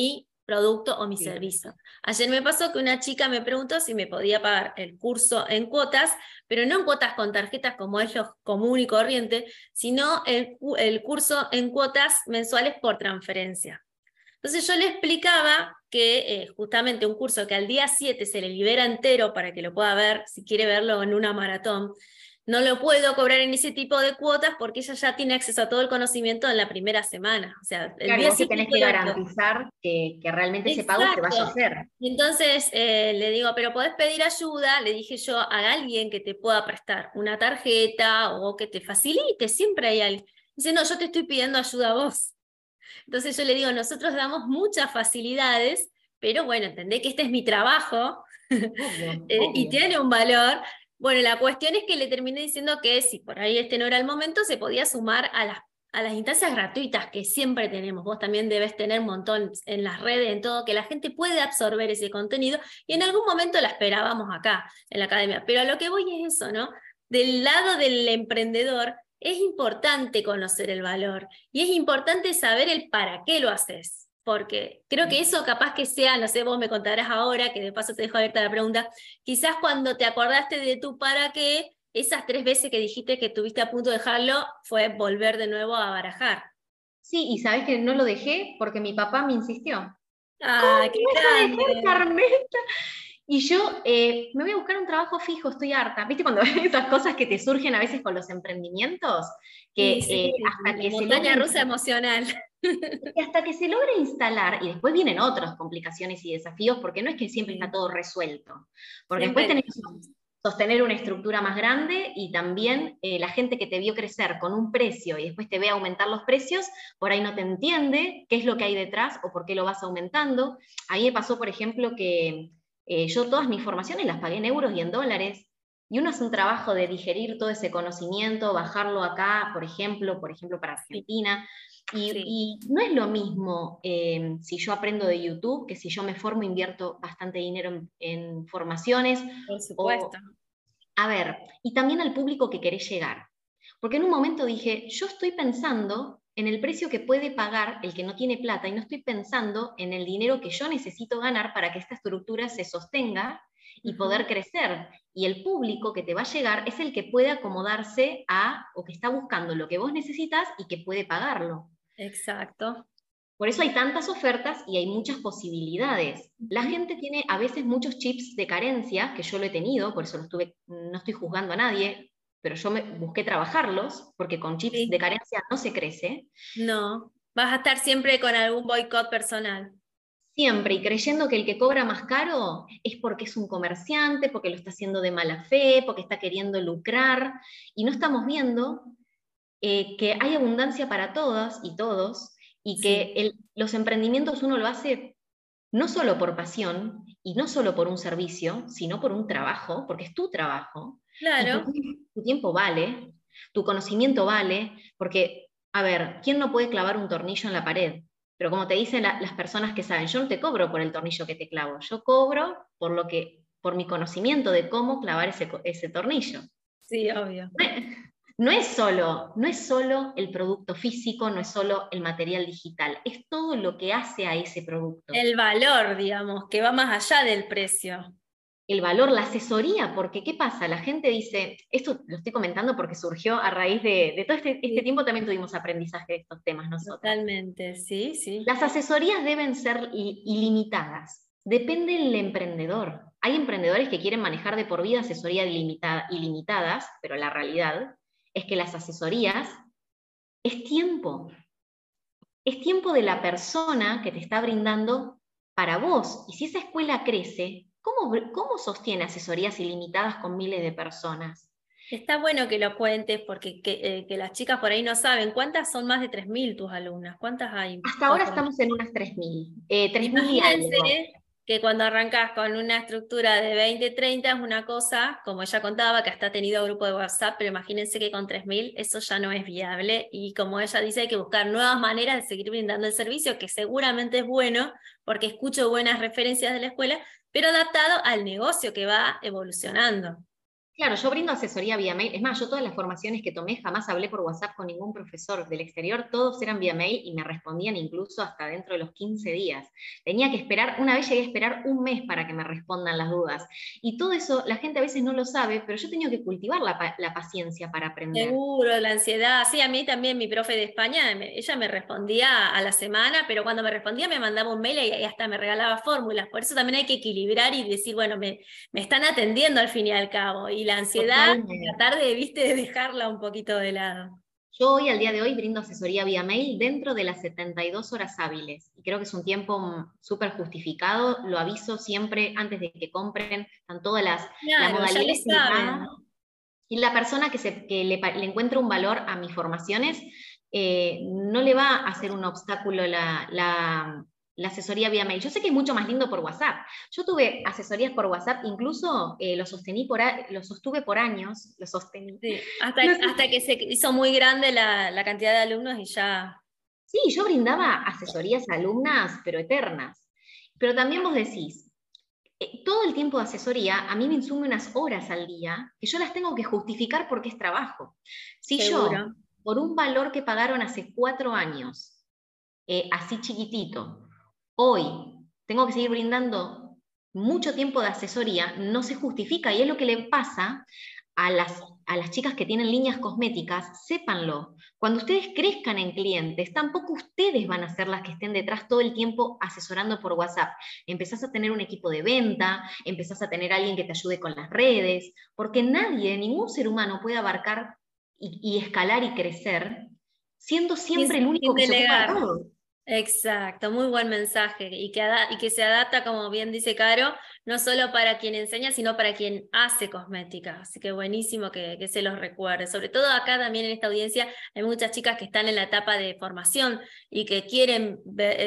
producto o mi Sí. servicio. Ayer me pasó que una chica me preguntó si me podía pagar el curso en cuotas, pero no en cuotas con tarjetas como es lo común y corriente, sino el curso en cuotas mensuales por transferencia. Entonces yo le explicaba que justamente un curso que al día 7 se le libera entero para que lo pueda ver, si quiere verlo en una maratón, no lo puedo cobrar en ese tipo de cuotas porque ella ya tiene acceso a todo el conocimiento en la primera semana. O sea, el Claro, y día vos te 7 tenés que puedo esto. garantizar que realmente ese pago se vaya a Exacto. hacer. Entonces le digo, pero podés pedir ayuda, le dije yo, a alguien que te pueda prestar una tarjeta o que te facilite, siempre hay alguien. Dice, no, yo te estoy pidiendo ayuda a vos. Entonces yo le digo, nosotros damos muchas facilidades, pero bueno, entendé que este es mi trabajo Obvio, y obvio. tiene un valor. Bueno, la cuestión es que le terminé diciendo que si por ahí este no era el momento, se podía sumar a las instancias gratuitas que siempre tenemos. Vos también debes tener un montón en las redes, en todo, que la gente puede absorber ese contenido y en algún momento la esperábamos acá, en la academia. Pero a lo que voy es eso, ¿no? Del lado del emprendedor, es importante conocer el valor y es importante saber el para qué lo haces, porque creo que eso capaz que sea, no sé, vos me contarás ahora, que de paso te dejo abierta la pregunta, quizás cuando te acordaste de tu para qué, esas 3 veces que dijiste que estuviste a punto de dejarlo, fue volver de nuevo a barajar. Sí, y sabés que no lo dejé porque mi papá me insistió. ¡Ah, qué ¿Me vas a dejar, grande! Carmela? Y yo me voy a buscar un trabajo fijo, estoy harta. ¿Viste cuando esas cosas que te surgen a veces con los emprendimientos? Sí, Que sí, hasta la que se montaña logre rusa emocional. y hasta que se logre instalar, y después vienen otras complicaciones y desafíos, porque no es que siempre está Sí, todo resuelto, porque siempre después tenés que dijimos. sostener una estructura más grande y también la gente que te vio crecer con un precio y después te ve aumentar los precios, por ahí no te entiende qué es lo que hay detrás o por qué lo vas aumentando. A mí me pasó, por ejemplo, que yo todas mis formaciones las pagué en euros y en dólares, y uno hace un trabajo de digerir todo ese conocimiento, bajarlo acá, por ejemplo para Sí, Argentina, sí, y no es lo mismo si yo aprendo de YouTube, que si yo me formo, invierto bastante dinero en formaciones, por o, supuesto. a ver, y también al público que querés llegar. Porque en un momento dije, yo estoy pensando en el precio que puede pagar el que no tiene plata y no estoy pensando en el dinero que yo necesito ganar para que esta estructura se sostenga y Ujú. poder crecer. Y el público que te va a llegar es el que puede acomodarse a, o que está buscando lo que vos necesitas y que puede pagarlo. Exacto. Por eso hay tantas ofertas y hay muchas posibilidades. La Ujú. gente tiene a veces muchos chips de carencia, que yo lo he tenido, por eso no estoy juzgando a nadie, pero yo busqué trabajarlos, porque con chips de Sí. carencia no se crece, No, vas a estar siempre con algún boicot personal. siempre, y creyendo que el que cobra más caro es porque es un comerciante, porque lo está haciendo de mala fe, porque está queriendo lucrar, y no estamos viendo que hay abundancia para todas y todos, y Sí, que los emprendimientos uno lo hace no solo por pasión y no solo por un servicio, sino por un trabajo, porque es tu trabajo, y claro. tu tiempo vale, tu conocimiento vale, porque, a ver, ¿quién no puede clavar un tornillo en la pared? Pero como te dicen las personas que saben, yo no te cobro por el tornillo que te clavo, yo cobro por mi conocimiento de cómo clavar ese tornillo. Sí, obvio. No es solo el producto físico, no es solo el material digital, es todo lo que hace a ese producto. El valor, digamos, que va más allá del precio. El valor, la asesoría, porque ¿qué pasa? La gente dice, esto lo estoy comentando porque surgió a raíz de todo este Sí, tiempo, también tuvimos aprendizaje de estos temas nosotros. totalmente, sí, sí. Las asesorías deben ser ilimitadas, depende del emprendedor. Hay emprendedores que quieren manejar de por vida asesorías ilimitadas, pero la realidad es que las asesorías es tiempo. Es tiempo de la persona que te está brindando para vos. Y si esa escuela crece, ¿cómo sostiene asesorías ilimitadas con miles de personas? Está bueno que lo cuentes porque que las chicas por ahí no saben. ¿Cuántas son más de 3.000 tus alumnas? ¿Cuántas hay Hasta ahora bajo la... estamos en unas 3.000, 3.000 y algo. Imagínense que cuando arrancas con una estructura de 20, 30 es una cosa, como ella contaba, que hasta ha tenido grupo de WhatsApp, pero imagínense que con 3.000 eso ya no es viable y como ella dice, hay que buscar nuevas maneras de seguir brindando el servicio, que seguramente es bueno, porque escucho buenas referencias de la escuela, pero adaptado al negocio que va evolucionando. Claro, yo brindo asesoría vía mail. Es más, yo todas las formaciones que tomé jamás hablé por WhatsApp con ningún profesor del exterior, todos eran vía mail y me respondían incluso hasta dentro de los 15 días. Tenía que esperar, una vez llegué a esperar un mes para que me respondan las dudas. Y todo eso la gente a veces no lo sabe, pero yo he tenido que cultivar la paciencia para aprender. Seguro, la ansiedad. Sí, a mí también mi profe de España, ella me respondía a la semana, pero cuando me respondía me mandaba un mail y hasta me regalaba fórmulas. Por eso también hay que equilibrar y decir, bueno, me están atendiendo al fin y al cabo. Y la ansiedad, Totalmente. tratar de, viste, de dejarla un poquito de lado. Yo hoy, al día de hoy, brindo asesoría vía mail dentro de las 72 horas hábiles. Y creo que es un tiempo súper justificado. Lo aviso siempre antes de que compren. Están todas las Claro, ya lo modalidades saben. filtradas. Y la persona que le encuentra un valor a mis formaciones, no le va a hacer un obstáculo la asesoría vía mail. Yo sé que es mucho más lindo por WhatsApp. Yo tuve asesorías por WhatsApp, incluso lo sostuve por años, lo sostení. Sí, hasta que se hizo muy grande la cantidad de alumnos y ya. Sí, yo brindaba asesorías a alumnas, pero eternas. Pero también vos decís, todo el tiempo de asesoría a mí me insume unas horas al día que yo las tengo que justificar porque es trabajo. Si Seguro. yo, por un valor que pagaron hace 4 años, así chiquitito, hoy tengo que seguir brindando mucho tiempo de asesoría, no se justifica, y es lo que le pasa a las chicas que tienen líneas cosméticas. Sépanlo. Cuando ustedes crezcan en clientes, tampoco ustedes van a ser las que estén detrás todo el tiempo asesorando por WhatsApp. Empezás a tener un equipo de venta, empezás a tener a alguien que te ayude con las redes, porque nadie, ningún ser humano puede abarcar y escalar y crecer siendo siempre el único Sin que se ocupa de delegar. todo. Exacto, muy buen mensaje y que se adapta, como bien dice Caro, no solo para quien enseña, sino para quien hace cosmética. Así que buenísimo que se los recuerde. Sobre todo acá también en esta audiencia hay muchas chicas que están en la etapa de formación y que quieren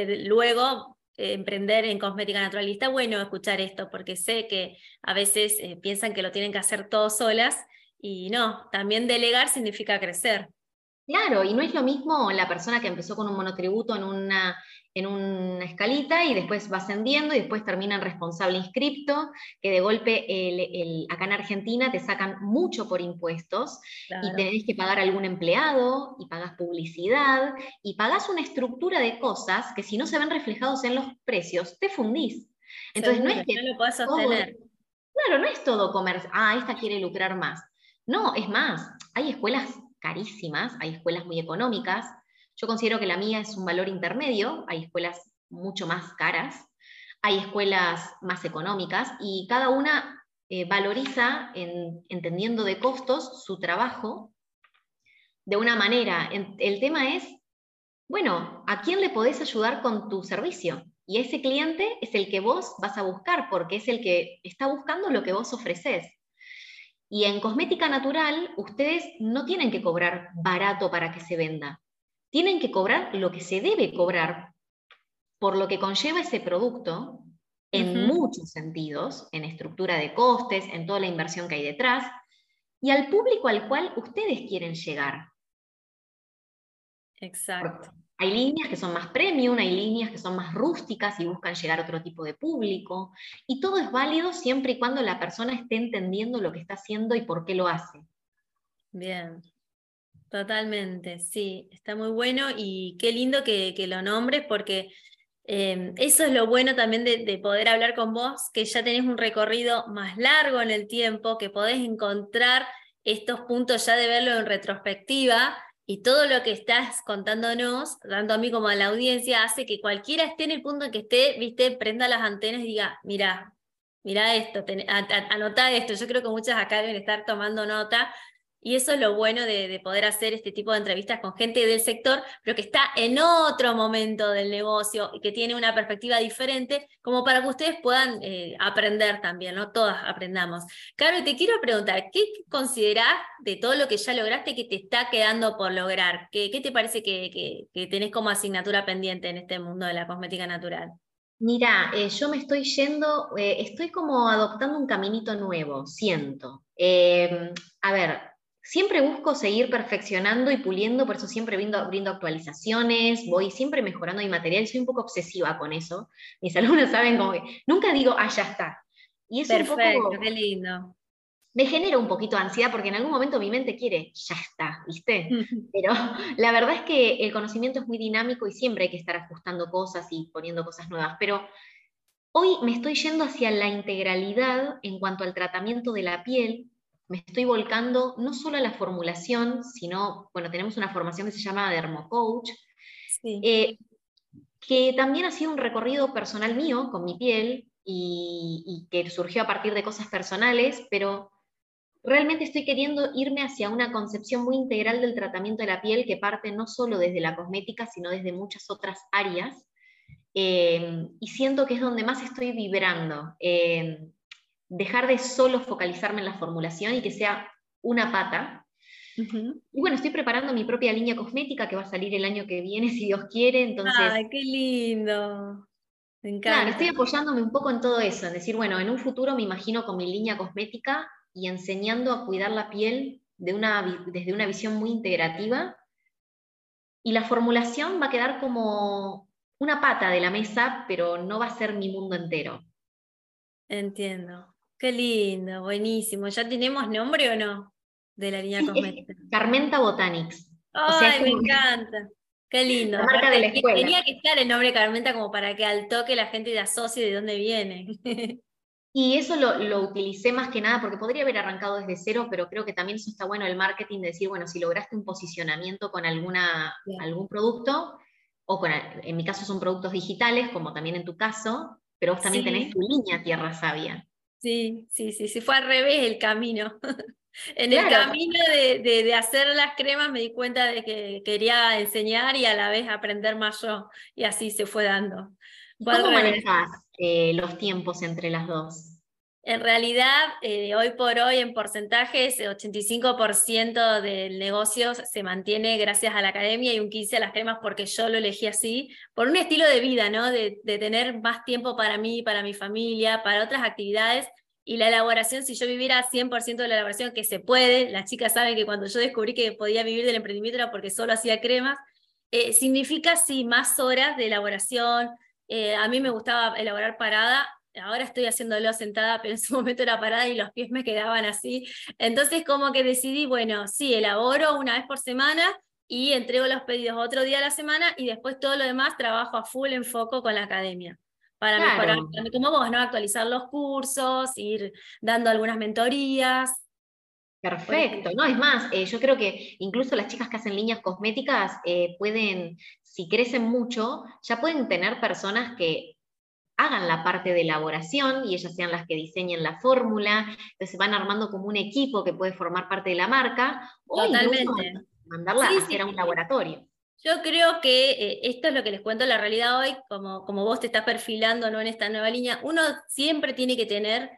luego emprender en cosmética natural. Y está bueno escuchar esto porque sé que a veces piensan que lo tienen que hacer todos solas y no, también delegar significa crecer. Claro, y no es lo mismo la persona que empezó con un monotributo en una escalita y después va ascendiendo y después termina en responsable inscripto, que de golpe acá en Argentina te sacan mucho por impuestos y Claro. tenés que pagar algún empleado y pagás publicidad y pagás una estructura de cosas que si no se ven reflejados en los precios, te fundís. Entonces no Seguro, es no que lo puedes todo, sostener. claro, no es todo comercio, esta quiere lucrar más. No, es más, hay escuelas carísimas, hay escuelas muy económicas. Yo considero que la mía es un valor intermedio, hay escuelas mucho más caras, hay escuelas más económicas y cada una valoriza, entendiendo de costos, su trabajo de una manera. El tema es, bueno, ¿a quién le podés ayudar con tu servicio? Y ese cliente es el que vos vas a buscar, porque es el que está buscando lo que vos ofrecés. Y en cosmética natural, ustedes no tienen que cobrar barato para que se venda. Tienen que cobrar lo que se debe cobrar por lo que conlleva ese producto en Ujú. muchos sentidos, en estructura de costes, en toda la inversión que hay detrás, y al público al cual ustedes quieren llegar. Porque Exacto. hay líneas que son más premium, hay líneas que son más rústicas y buscan llegar a otro tipo de público, y todo es válido siempre y cuando la persona esté entendiendo lo que está haciendo y por qué lo hace. Bien. Totalmente, sí, está muy bueno y qué lindo que lo nombres porque eso es lo bueno también de poder hablar con vos, que ya tenés un recorrido más largo en el tiempo, que podés encontrar estos puntos ya de verlo en retrospectiva y todo lo que estás contándonos, tanto a mí como a la audiencia, hace que cualquiera esté en el punto en que esté, viste, prenda las antenas y diga, mirá esto, anotá esto. Yo creo que muchas acá deben estar tomando nota. Y eso es lo bueno de poder hacer este tipo de entrevistas con gente del sector, pero que está en otro momento del negocio y que tiene una perspectiva diferente, como para que ustedes puedan aprender también, ¿no? Todas aprendamos. Caro, te quiero preguntar, ¿qué considerás de todo lo que ya lograste que te está quedando por lograr? ¿Qué te parece que tenés como asignatura pendiente en este mundo de la cosmética natural? Mira, yo me estoy yendo, estoy como adoptando un caminito nuevo, siento. A ver, siempre busco seguir perfeccionando y puliendo, por eso siempre brindo actualizaciones, voy siempre mejorando mi material, soy un poco obsesiva con eso. Mis alumnos saben como que nunca digo, ya está. Y es un Perfecto, qué poco, lindo. me genera un poquito de ansiedad porque en algún momento mi mente quiere, ya está, ¿viste? Pero la verdad es que el conocimiento es muy dinámico y siempre hay que estar ajustando cosas y poniendo cosas nuevas. Pero hoy me estoy yendo hacia la integralidad en cuanto al tratamiento de la piel. Me estoy volcando no solo a la formulación, sino, bueno, tenemos una formación que se llama Dermocoach, Sí. que también ha sido un recorrido personal mío con mi piel y que surgió a partir de cosas personales, pero realmente estoy queriendo irme hacia una concepción muy integral del tratamiento de la piel que parte no solo desde la cosmética, sino desde muchas otras áreas. Y siento que es donde más estoy vibrando. Dejar de solo focalizarme en la formulación y que sea una pata. Ujú. Y bueno, estoy preparando mi propia línea cosmética que va a salir el año que viene, si Dios quiere. Entonces, Ay, qué lindo. Me claro, encanta. estoy apoyándome un poco en todo eso, en decir, bueno, en un futuro me imagino con mi línea cosmética y enseñando a cuidar la piel desde una visión muy integrativa, y la formulación va a quedar como una pata de la mesa, pero no va a ser mi mundo entero. Entiendo. Qué lindo, buenísimo. ¿Ya tenemos nombre o no de la línea Sí, cosmética? es Carmenta Botanics. O sea, es Ay, me como encanta. Qué lindo. la marca de Aparte, la escuela. tenía que estar el nombre Carmenta como para que al toque la gente te asocie de dónde viene. Y eso lo utilicé más que nada porque podría haber arrancado desde cero, pero creo que también eso está bueno el marketing, de decir, bueno, si lograste un posicionamiento con Bien. algún producto, o en mi caso son productos digitales, como también en tu caso, pero vos también tenés tu Sí, línea Tierra Sabia. sí, sí, sí, sí, fue al revés el camino. En el Claro, camino de hacer las cremas me di cuenta de que quería enseñar y a la vez aprender más yo, y así se fue dando. ¿y Fue al cómo revés. manejás los tiempos entre las dos? En realidad, hoy por hoy, en porcentajes, 85% del negocio se mantiene gracias a la academia y un 15% a las cremas porque yo lo elegí así, por un estilo de vida, ¿no? De tener más tiempo para mí, para mi familia, para otras actividades. Y la elaboración, si yo viviera 100% de la elaboración, que se puede, las chicas saben que cuando yo descubrí que podía vivir del emprendimiento era porque solo hacía cremas, significa sí más horas de elaboración. A mí me gustaba elaborar parada. Ahora estoy haciéndolo sentada, pero en su momento era parada y los pies me quedaban así. Entonces como que decidí, bueno, sí, elaboro una vez por semana y entrego los pedidos otro día a la semana y después todo lo demás trabajo a full en foco con la academia. Para mejorar, Claro, como vos, ¿no? Actualizar los cursos, ir dando algunas mentorías, por perfecto. ejemplo. No, es más, yo creo que incluso las chicas que hacen líneas cosméticas pueden, si crecen mucho, ya pueden tener personas que hagan la parte de elaboración y ellas sean las que diseñen la fórmula, entonces van armando como un equipo que puede formar parte de la marca, o incluso Totalmente. mandarla a Sí, hacer a un sí. laboratorio. Yo creo que esto es lo que les cuento la realidad hoy, como vos te estás perfilando, ¿no? En esta nueva línea. Uno siempre tiene que tener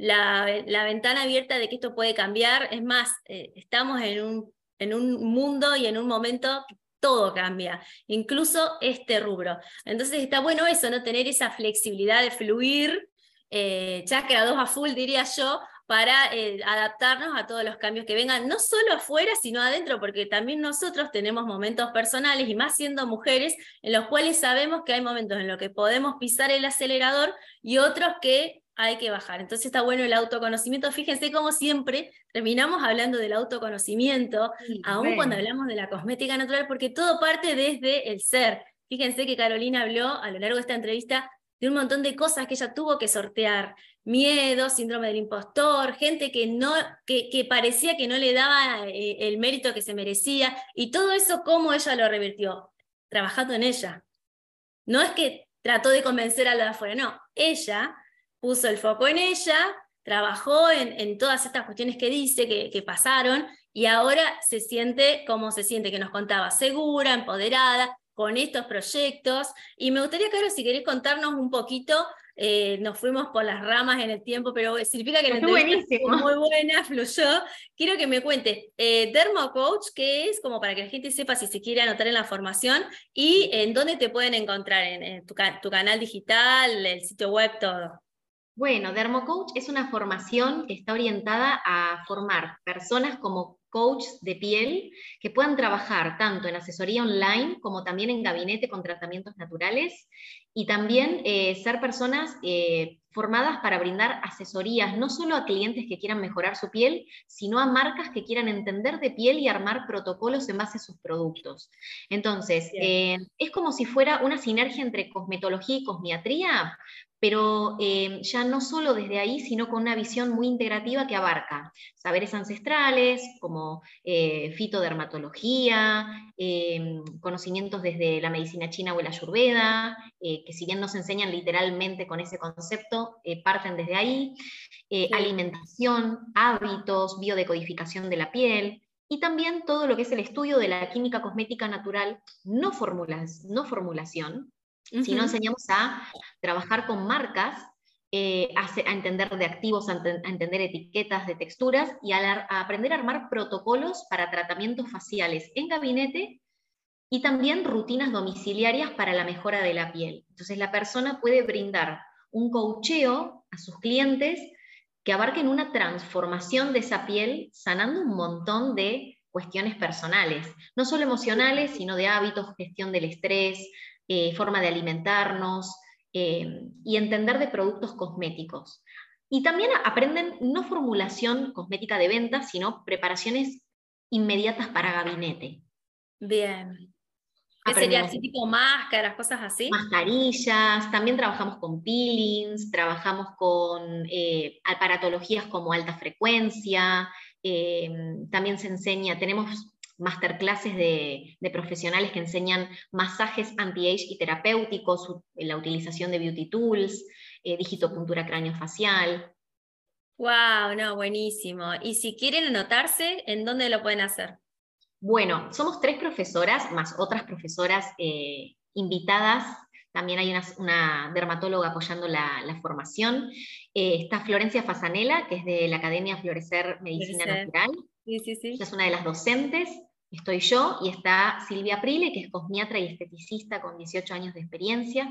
la ventana abierta de que esto puede cambiar. Es más, estamos en un mundo y en un momento que todo cambia, incluso este rubro. Entonces está bueno eso, ¿no? Tener esa flexibilidad de fluir, chakra 2 a full, diría yo, para adaptarnos a todos los cambios que vengan, no solo afuera, sino adentro, porque también nosotros tenemos momentos personales, y más siendo mujeres, en los cuales sabemos que hay momentos en los que podemos pisar el acelerador y otros que hay que bajar. Entonces está bueno el autoconocimiento. Fíjense cómo siempre terminamos hablando del autoconocimiento, Sí, aun cuando hablamos de la cosmética natural, porque todo parte desde el ser. Fíjense que Carolina habló a lo largo de esta entrevista de un montón de cosas que ella tuvo que sortear: miedo, síndrome del impostor, gente que parecía que no le daba el mérito que se merecía, y todo eso, ¿cómo ella lo revirtió? Trabajando en ella. No es que trató de convencer a la de afuera, no, ella puso el foco en ella, trabajó en todas estas cuestiones que dice, que pasaron, y ahora se siente como se siente, que nos contaba, segura, empoderada, con estos proyectos. Y me gustaría, Caro, si querés contarnos un poquito, nos fuimos por las ramas en el tiempo, pero significa que la pero fue entrevista estuvo buenísimo. muy buena, fluyó. Quiero que me cuentes, Dermocoach, ¿qué es? Como para que la gente sepa si se quiere anotar en la formación, y en dónde te pueden encontrar, en tu canal digital, el sitio web, todo. Bueno, Dermocoach es una formación que está orientada a formar personas como coaches de piel que puedan trabajar tanto en asesoría online como también en gabinete con tratamientos naturales y también ser personas formadas para brindar asesorías no solo a clientes que quieran mejorar su piel, sino a marcas que quieran entender de piel y armar protocolos en base a sus productos. Entonces, es como si fuera una sinergia entre cosmetología y cosmiatría, pero ya no solo desde ahí, sino con una visión muy integrativa que abarca saberes ancestrales, como fitodermatología, conocimientos desde la medicina china o el ayurveda, que si bien no se enseñan literalmente con ese concepto, parten desde ahí, alimentación, hábitos, biodecodificación de la piel, y también todo lo que es el estudio de la química cosmética natural, no formulación, sino enseñamos a trabajar con marcas, a entender de activos, a entender etiquetas de texturas y a aprender a armar protocolos para tratamientos faciales en gabinete y también rutinas domiciliarias para la mejora de la piel. Entonces la persona puede brindar un coacheo a sus clientes que abarquen una transformación de esa piel, sanando un montón de cuestiones personales, no solo emocionales, sino de hábitos, gestión del estrés, forma de alimentarnos, y entender de productos cosméticos. Y también aprenden no formulación cosmética de venta, sino preparaciones inmediatas para gabinete. Bien. ¿Qué sería Aprendemos así, tipo máscaras, cosas así? mascarillas, también trabajamos con peelings, trabajamos con aparatologías como alta frecuencia, también se enseña, tenemos masterclasses de profesionales que enseñan masajes anti-age y terapéuticos, la utilización de beauty tools, digitopuntura craneofacial. Wow, no, buenísimo. Y si quieren anotarse, ¿en dónde lo pueden hacer? Bueno, somos 3 profesoras, más otras profesoras invitadas. También hay una dermatóloga apoyando la formación. Está Florencia Fasanella, que es de la Academia Florecer Medicina Natural. Sí, sí, sí. Ella es una de las docentes. Estoy yo y está Silvia Prile, que es cosmiatra y esteticista con 18 años de experiencia.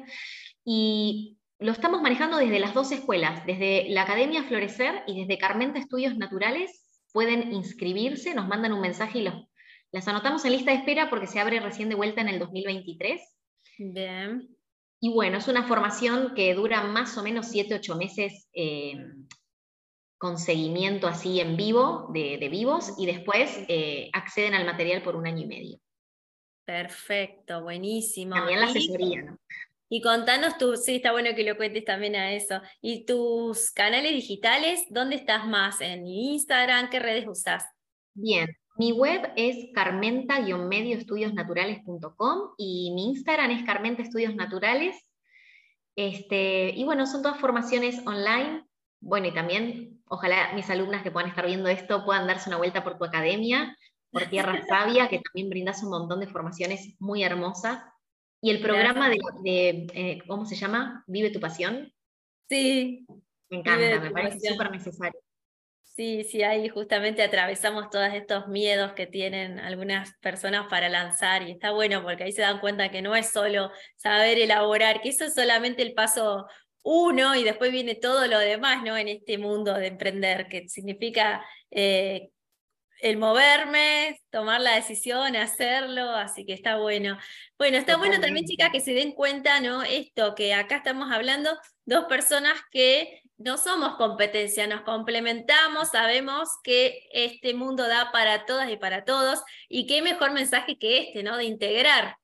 Y lo estamos manejando desde las 2 escuelas, desde la Academia Florecer y desde Carmenta Estudios Naturales. Pueden inscribirse, nos mandan un mensaje y las anotamos en lista de espera porque se abre recién de vuelta en el 2023. Bien. Y bueno, es una formación que dura más o menos 7-8 meses con seguimiento así en vivo, de vivos, y después acceden al material por 1 año y medio. Perfecto, buenísimo. También la asesoría, ¿no? Y contanos sí, está bueno que lo cuentes también a eso. ¿Y tus canales digitales, dónde estás más? ¿En Instagram? ¿Qué redes usás? Bien, mi web es carmenta-medioestudiosnaturales.com y mi Instagram es Carmenta Estudios Naturales. Y bueno, son todas formaciones online. Bueno, y también, ojalá mis alumnas que puedan estar viendo esto puedan darse una vuelta por tu academia, por Tierra Sabia, que también brindas un montón de formaciones muy hermosas. Y el programa ¿cómo se llama? Vive tu pasión. Sí. Me encanta, me parece súper necesario. Sí, sí, ahí justamente atravesamos todos estos miedos que tienen algunas personas para lanzar y está bueno porque ahí se dan cuenta que no es solo saber elaborar, que eso es solamente el paso 1 y después viene todo lo demás, ¿no? En este mundo de emprender, que significa el moverme, tomar la decisión, hacerlo, así que está bueno. Bueno, está bueno también, chicas, que se den cuenta, ¿no? Esto, que acá estamos hablando, 2 personas que no somos competencia, nos complementamos, sabemos que este mundo da para todas y para todos, y qué mejor mensaje que este, ¿no? De integrar.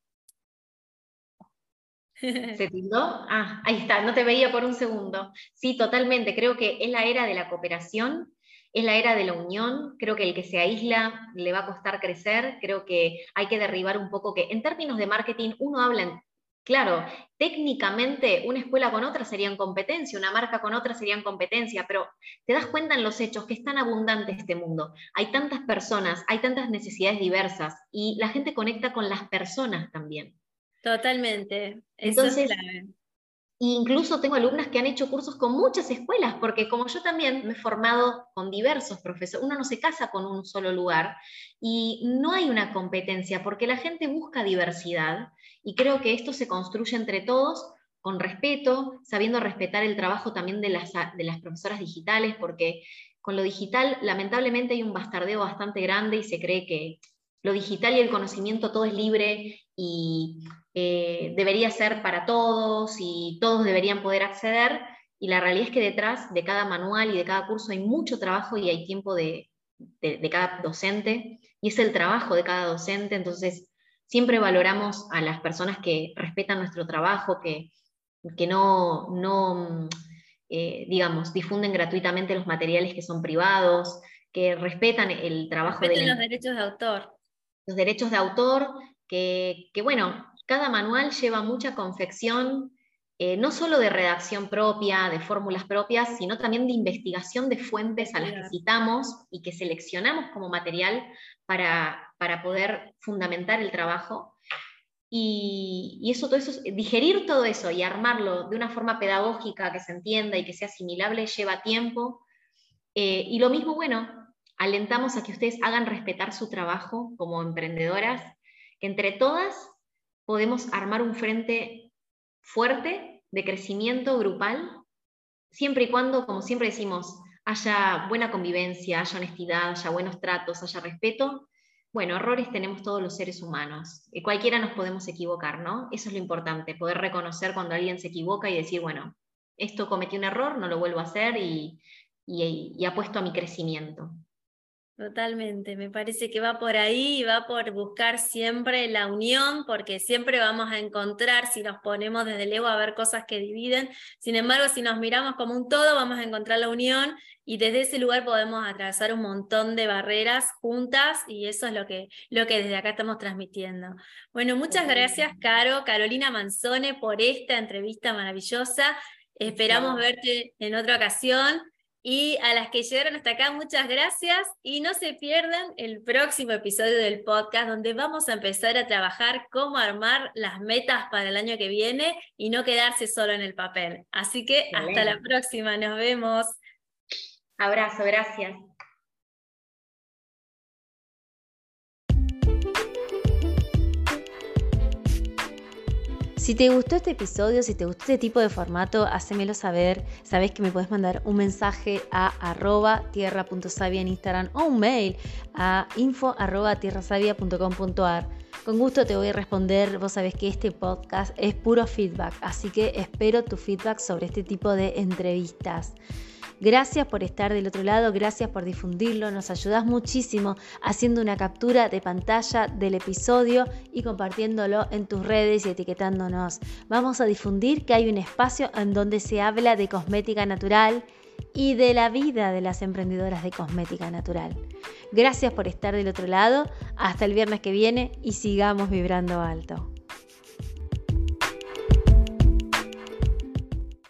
¿Se tildó? Ah, ahí está, no te veía por un segundo. Sí, totalmente, creo que es la era de la cooperación, es la era de la unión, creo que el que se aísla le va a costar crecer, creo que hay que derribar un poco que en términos de marketing uno habla, claro, técnicamente una escuela con otra sería en competencia, una marca con otra sería en competencia, pero te das cuenta en los hechos que es tan abundante este mundo, hay tantas personas, hay tantas necesidades diversas y la gente conecta con las personas también. Totalmente, eso Entonces, es clave. incluso tengo alumnas que han hecho cursos con muchas escuelas, porque como yo también me he formado con diversos profesores, uno no se casa con un solo lugar y no hay una competencia, porque la gente busca diversidad y creo que esto se construye entre todos con respeto, sabiendo respetar el trabajo también de las profesoras digitales, porque con lo digital lamentablemente hay un bastardeo bastante grande y se cree que lo digital y el conocimiento todo es libre y debería ser para todos y todos deberían poder acceder, y la realidad es que detrás de cada manual y de cada curso hay mucho trabajo y hay tiempo de cada docente, y es el trabajo de cada docente. Entonces siempre valoramos a las personas que respetan nuestro trabajo, que no digamos, difunden gratuitamente los materiales que son privados, que respetan el trabajo de los derechos de autor. Los derechos de autor, que bueno, cada manual lleva mucha confección, no solo de redacción propia, de fórmulas propias, sino también de investigación de fuentes a las que citamos y que seleccionamos como material para poder fundamentar el trabajo. Y todo eso, digerir todo eso y armarlo de una forma pedagógica que se entienda y que sea asimilable lleva tiempo. Y lo mismo, bueno, alentamos a que ustedes hagan respetar su trabajo como emprendedoras, que entre todas podemos armar un frente fuerte de crecimiento grupal, siempre y cuando, como siempre decimos, haya buena convivencia, haya honestidad, haya buenos tratos, haya respeto. Bueno, errores tenemos todos los seres humanos. Cualquiera nos podemos equivocar, ¿no? Eso es lo importante, poder reconocer cuando alguien se equivoca y decir, bueno, esto cometí un error, no lo vuelvo a hacer y apuesto a mi crecimiento. Totalmente, me parece que va por ahí, va por buscar siempre la unión, porque siempre vamos a encontrar, si nos ponemos desde el ego a ver cosas que dividen. Sin embargo, si nos miramos como un todo, vamos a encontrar la unión, y desde ese lugar podemos atravesar un montón de barreras juntas, y eso es lo que desde acá estamos transmitiendo. Bueno, muchas gracias, Carolina Manzone, por esta entrevista maravillosa. Esperamos verte en otra ocasión. Y a las que llegaron hasta acá, muchas gracias, y no se pierdan el próximo episodio del podcast, donde vamos a empezar a trabajar cómo armar las metas para el año que viene y no quedarse solo en el papel. Así que hasta la próxima, nos vemos. Abrazo, gracias. Si te gustó este episodio, si te gustó este tipo de formato, hacémelo saber. Sabés que me puedes mandar un mensaje a @tierra.savia en Instagram o un mail a info@tierrasavia.com.ar. Con gusto te voy a responder. Vos sabés que este podcast es puro feedback, así que espero tu feedback sobre este tipo de entrevistas. Gracias por estar del otro lado, gracias por difundirlo, nos ayudas muchísimo haciendo una captura de pantalla del episodio y compartiéndolo en tus redes y etiquetándonos. Vamos a difundir que hay un espacio en donde se habla de cosmética natural y de la vida de las emprendedoras de cosmética natural. Gracias por estar del otro lado, hasta el viernes que viene y sigamos vibrando alto.